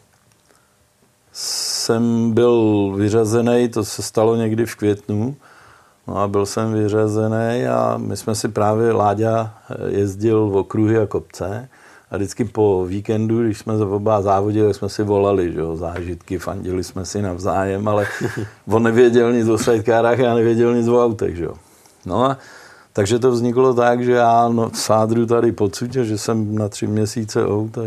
jsem byl vyřazený, to se stalo někdy v květnu. No a byl jsem vyřazený a my jsme si právě, Láďa jezdil v okruhy a kopce a vždycky po víkendu, když jsme oba závodili, jsme si volali, že jo, zážitky, fandili jsme si navzájem, ale on nevěděl nic o sidecarách, já nevěděl nic o autech, že jo. No a takže to vzniklo tak, že já no, sádru tady pocud, že jsem na tři měsíce aut a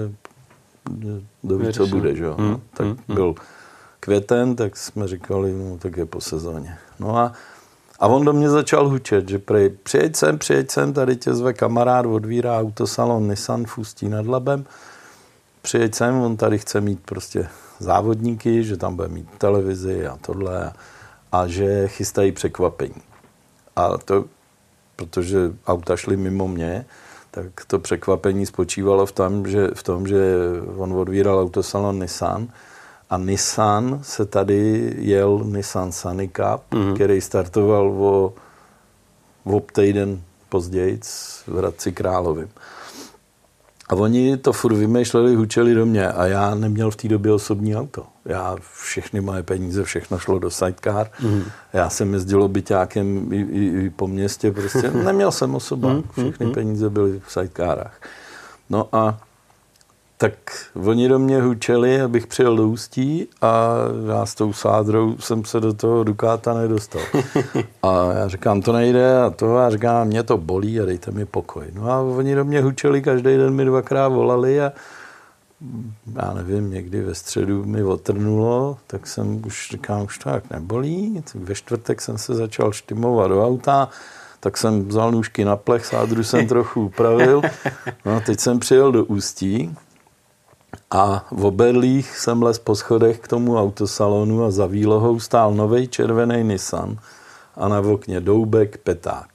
doví, co bude, že jo. No, hmm, tak hmm, byl květen, tak jsme říkali, no tak je po sezóně. No a A on do mě začal hučet, že prej, přijeď sem, přijeď sem, tady tě zve kamarád, odvírá autosalon Nissan v Ústí nad Labem. Přijeď sem, on tady chce mít prostě závodníky, že tam bude mít televizi a tohle a, a že chystají překvapení. A to, protože auta šly mimo mě, tak to překvapení spočívalo v tom, že, v tom, že on odvíral autosalon Nissan. A Nissan se tady jel Nissan Sunny Cup, mm-hmm. který startoval o, o týden později v Hradci Královým. A oni to furt vymýšleli, hučeli do mě a já neměl v té době osobní auto. Já všechny moje peníze, všechno šlo do sidecar. Mm-hmm. Já jsem jezdil obyťákem i, i, i po městě prostě. Neměl jsem osoba, všechny mm-hmm. peníze byly v sidecarách. No a tak oni do mě hučeli, abych přijel do Ústí a já s tou sádrou jsem se do toho Ducata nedostal. A já říkám, to nejde a to a říkám, mě to bolí a dejte mi pokoj. No a oni do mě hučeli, každý den mi dvakrát volali a já nevím, někdy ve středu mi otrnulo, tak jsem už říkám, už to jak nebolí. Ve čtvrtek jsem se začal štimovat do auta, tak jsem vzal nůžky na plech, sádru jsem trochu upravil. No a teď jsem přijel do Ústí a v Oberlích jsem les po schodech k tomu autosalonu a za výlohou stál novej červený Nissan a na okně Doubek, Peták.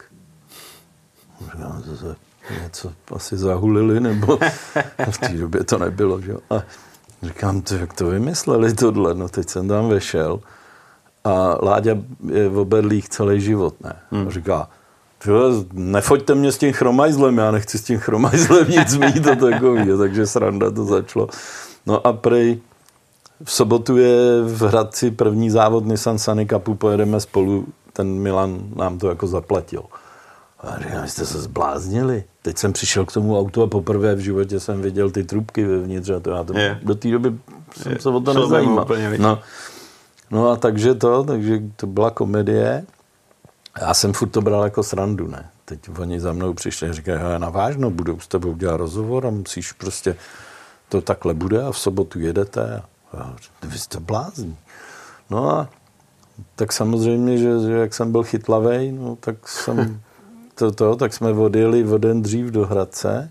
Říkám, to se něco asi zahulili, nebo v té době to nebylo, že jo. A říkám, to, jak to vymysleli tohle, no teď jsem tam vešel a Láďa je v Oberlích celý život, ne. Hmm. A říká, nefoďte mě s tím chromajzlem, já nechci s tím chromajzlem nic mít a takový, takže sranda to začalo. No a prej v sobotu je v Hradci první závod Nissan Sunny Cupu, pojedeme spolu, ten Milan nám to jako zaplatil. A říkám, vy jste se zbláznili. Teď jsem přišel k tomu autu a poprvé v životě jsem viděl ty trubky vevnitř a to já to, do té doby jsem je. se o to nezajímal. No, no a takže to, takže to byla komedie. Já jsem furt to bral jako srandu, ne. Teď oni za mnou přišli a říkají, já navážno, budou s tebou dělat rozhovor a musíš prostě, to takhle bude a v sobotu jedete. A vy jste blázní. No a tak samozřejmě, že, že jak jsem byl chytlavej, no tak jsem to, to, tak jsme odjeli o den dřív do Hradce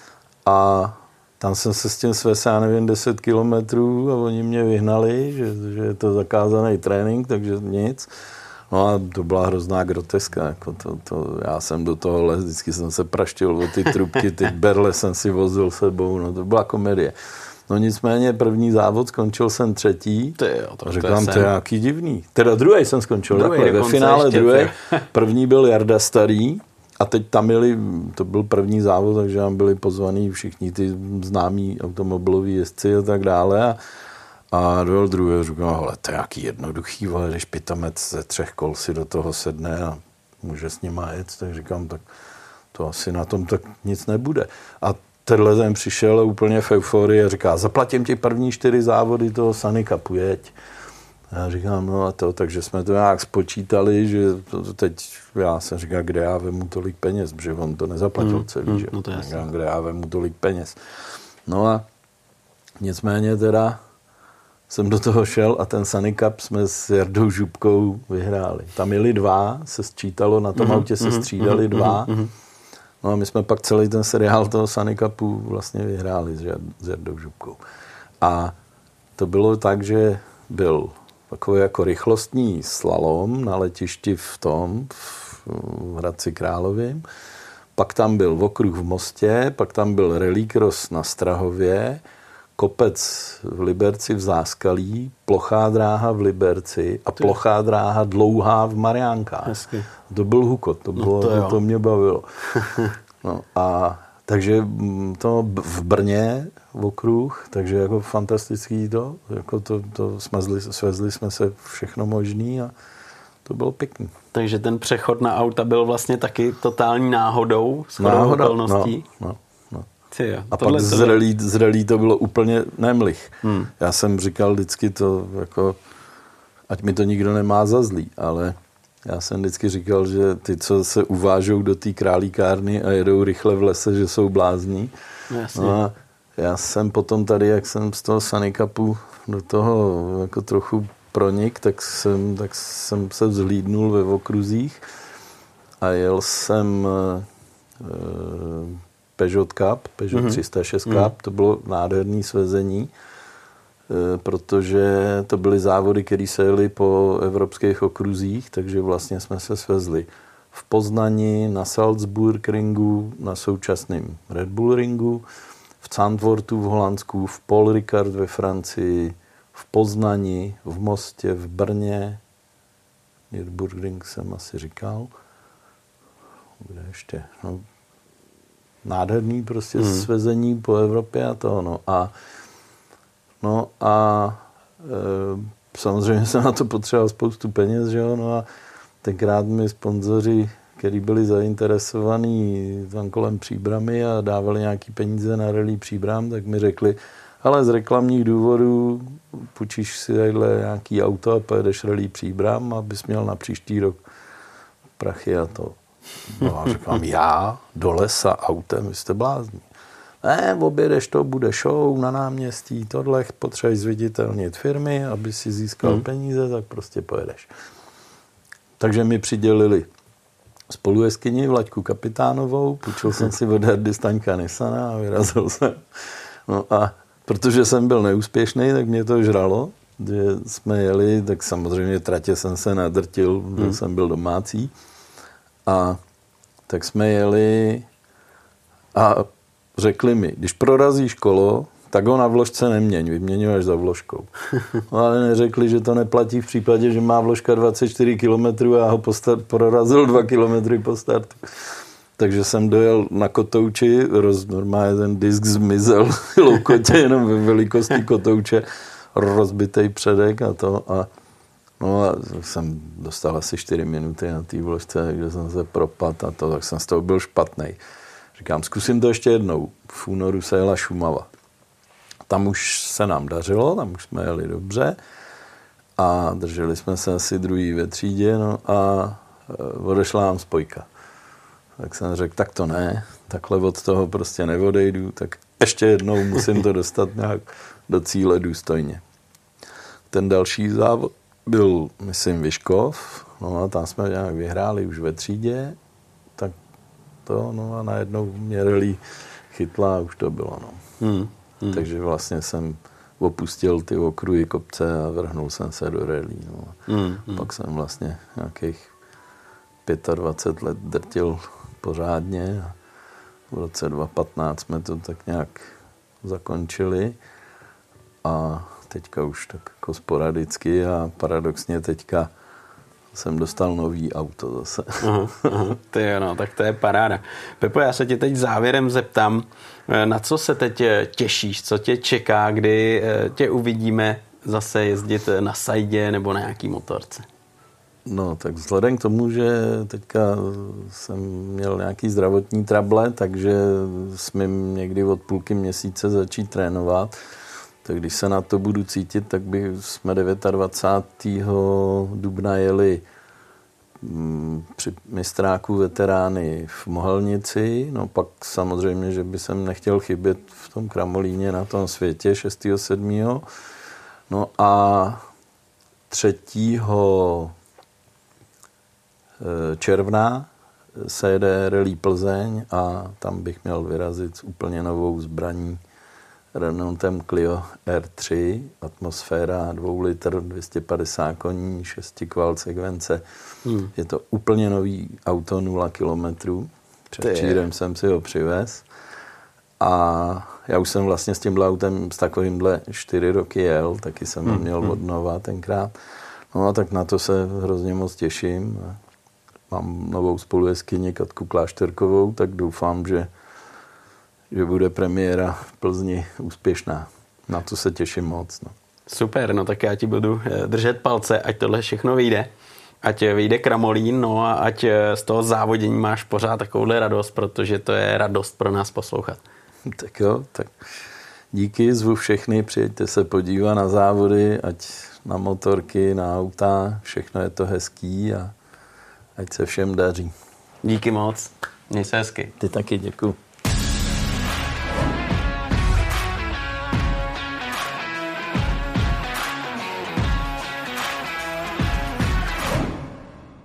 a tam jsem se s tím svesl, já nevím, deset kilometrů a oni mě vyhnali, že, že je to zakázaný trénink, takže nic. No a to byla hrozná groteska. Jako to, to, já jsem do toho les, vždycky jsem se praštil o ty trubky, ty berle jsem si vozil sebou, no to byla komedie. No nicméně první závod skončil jsem třetí. Ty jo, to říkám, to je nějaký divný. Teda druhý jsem skončil, takhle, ve finále druhý. První byl Jarda Starý a teď tam byli, to byl první závod, takže tam byli pozvaní všichni ty známí automobiloví jezdci a tak dále a A dojel druhý, říkal, ale to je jaký jednoduchý, ale když pitomec ze třech kol si do toho sedne a může s nima jet, tak říkám, tak to asi na tom tak nic nebude. A tenhle ten přišel úplně v euforii a říká, zaplatím ti první čtyři závody toho Sunny Cupu, jeď. A já říkám, no a to, takže jsme to nějak spočítali, že to teď, já jsem říkal, kde já vemu tolik peněz, protože on to nezaplatil mm, celý, mm, že? No to je říkám, kde já vemu tolik peněz. No a nicméně teda jsem do toho šel a ten Sunny Cup jsme s Jardou Župkou vyhráli. Tam jeli dva, se sčítalo, na tom mm-hmm, autě se střídali mm-hmm, dva. Mm-hmm. No a my jsme pak celý ten seriál toho Sunny Cupu vlastně vyhráli s Jardou Župkou. A to bylo tak, že byl takový jako rychlostní slalom na letišti v tom, v Hradci Králové. Pak tam byl okruh v Mostě, pak tam byl rallycross na Strahově, kopec v Liberci v Záskalí, plochá dráha v Liberci a plochá dráha dlouhá v Mariánkách. Hezky. To byl hukot, to, bylo, no to, to, to mě bavilo. No a takže to v Brně v okruh, takže jako fantastický to, jako to, to smazli, svezli jsme se všechno možný a to bylo pěkný. Takže ten přechod na auta byl vlastně taky totální náhodou, shodou okolností. No, no. Jo, a pak z rally, z rally to bylo úplně nemlich. Hmm. Já jsem říkal vždycky to, jako, ať mi to nikdo nemá za zlý, ale já jsem vždycky říkal, že ty, co se uvážou do té králíkárny a jedou rychle v lese, že jsou blázní. Jasně. No a já jsem potom tady, jak jsem z toho Sunny Cupu do toho jako trochu pronik, tak jsem, tak jsem se vzhlídnul ve okruzích a jel jsem e, Peugeot Cup, Peugeot mm-hmm. tři sta šest Cup, mm. to bylo nádherné svezení, e, protože to byly závody, které se jeli po evropských okruzích, takže vlastně jsme se svezli v Poznani, na Salzburg ringu, na současném Red Bull ringu, v Zandvoortu v Holandsku, v Paul Ricard ve Francii, v Poznani, v Mostě, v Brně, Nürburgring jsem asi říkal, kde ještě, no, nádherný prostě hmm. svezení po Evropě a to, no a no a e, samozřejmě jsem na to potřeboval spoustu peněz, že jo, no a tenkrát mi sponzoři, kteří byli zainteresovaní tam kolem Příbramy a dávali nějaký peníze na rally Příbram, tak mi řekli, ale z reklamních důvodů půjčíš si takhle nějaký auto a pojedeš rally Příbram, abys měl na příští rok prachy a to. No a říkám, já do lesa autem, vy jste blázni. Ne, objedeš to, bude show na náměstí, tohle, potřebuješ zviditelnit firmy, aby si získal hmm. peníze, tak prostě pojedeš. Takže mi přidělili spolujeskyni Vlaďku Kapitánovou, půjčil jsem si od Herdy Staňka Nissana a vyrazil jsem. No a protože jsem byl neúspěšný, tak mě to žralo, že jsme jeli, tak samozřejmě tratě jsem se nadrtil, byl hmm. jsem byl domácí. A tak jsme jeli a řekli mi, když prorazíš kolo, tak ho na vložce neměň, vyměňuješ za vložkou. No, ale neřekli, že to neplatí v případě, že má vložka dvacet čtyři kilometrů a já ho po start, prorazil dva kilometry po startu. Takže jsem dojel na kotouči, roz, normálně ten disk zmizel loukotě jenom ve velikosti kotouče, rozbitej předek a to a no a jsem dostal asi čtyři minuty na té vložce, kde jsem se propadl a to, tak jsem z toho byl špatnej. Říkám, zkusím to ještě jednou. V únoru se jela Šumava. Tam už se nám dařilo, tam už jsme jeli dobře a drželi jsme se asi druhý ve třídě, no a odešla nám spojka. Tak jsem řekl, tak to ne, takhle od toho prostě neodejdu, tak ještě jednou musím to dostat nějak do cíle důstojně. Ten další závod byl, myslím, Vyškov, no a tam jsme nějak vyhráli už ve třídě, tak to, no a najednou mě rally chytla a už to bylo, no. Hmm, hmm. Takže vlastně jsem opustil ty okruhy kopce a vrhnul jsem se do rally, no. Hmm, hmm. Pak jsem vlastně nějakých dvacet pět let drtil pořádně a v roce dva tisíce patnáct jsme to tak nějak zakončili a teďka už tak jako sporadicky a paradoxně teďka jsem dostal nový auto zase. Aha, aha, to je, no, tak to je paráda. Pepo, já se tě teď závěrem zeptám, na co se teď těšíš, co tě čeká, kdy tě uvidíme zase jezdit na sajdě nebo na nějaký motorce? No, tak vzhledem k tomu, že teďka jsem měl nějaký zdravotní trable, takže smím někdy od půlky měsíce začít trénovat. Tak když se na to budu cítit, tak by jsme dvacátého devátého dubna jeli při mistráku veterány v Mohelnici. No pak samozřejmě, že by jsem nechtěl chybět v tom Kramolíně na tom světě šestého sedmého No a třetího června se jede Rally Plzeň a tam bych měl vyrazit s úplně novou zbraní Renaultem Clio R tři, atmosféra, dvou litr, dvě stě padesát koní, šesti kval sekvence. Hmm. Je to úplně nový auto, nula kilometrů. Předčírem jsem si ho přivez. A já už jsem vlastně s tímhle autem s takovýmhle čtyři roky jel, taky jsem ho měl od nova tenkrát. No a tak na to se hrozně moc těším. Mám novou spolujeskyni Katku Klášterkovou, tak doufám, že že bude premiéra v Plzni úspěšná. Na to se těším moc. No. Super, no tak já ti budu držet palce, ať tohle všechno vyjde. Ať vyjde Kramolín, no a ať z toho závodění máš pořád takovouhle radost, protože to je radost pro nás poslouchat. Tak jo, tak díky, zvu všechny, přijďte se podívat na závody, ať na motorky, na auta, všechno je to hezký a ať se všem daří. Díky moc, měj se hezky. Ty taky, děkuju.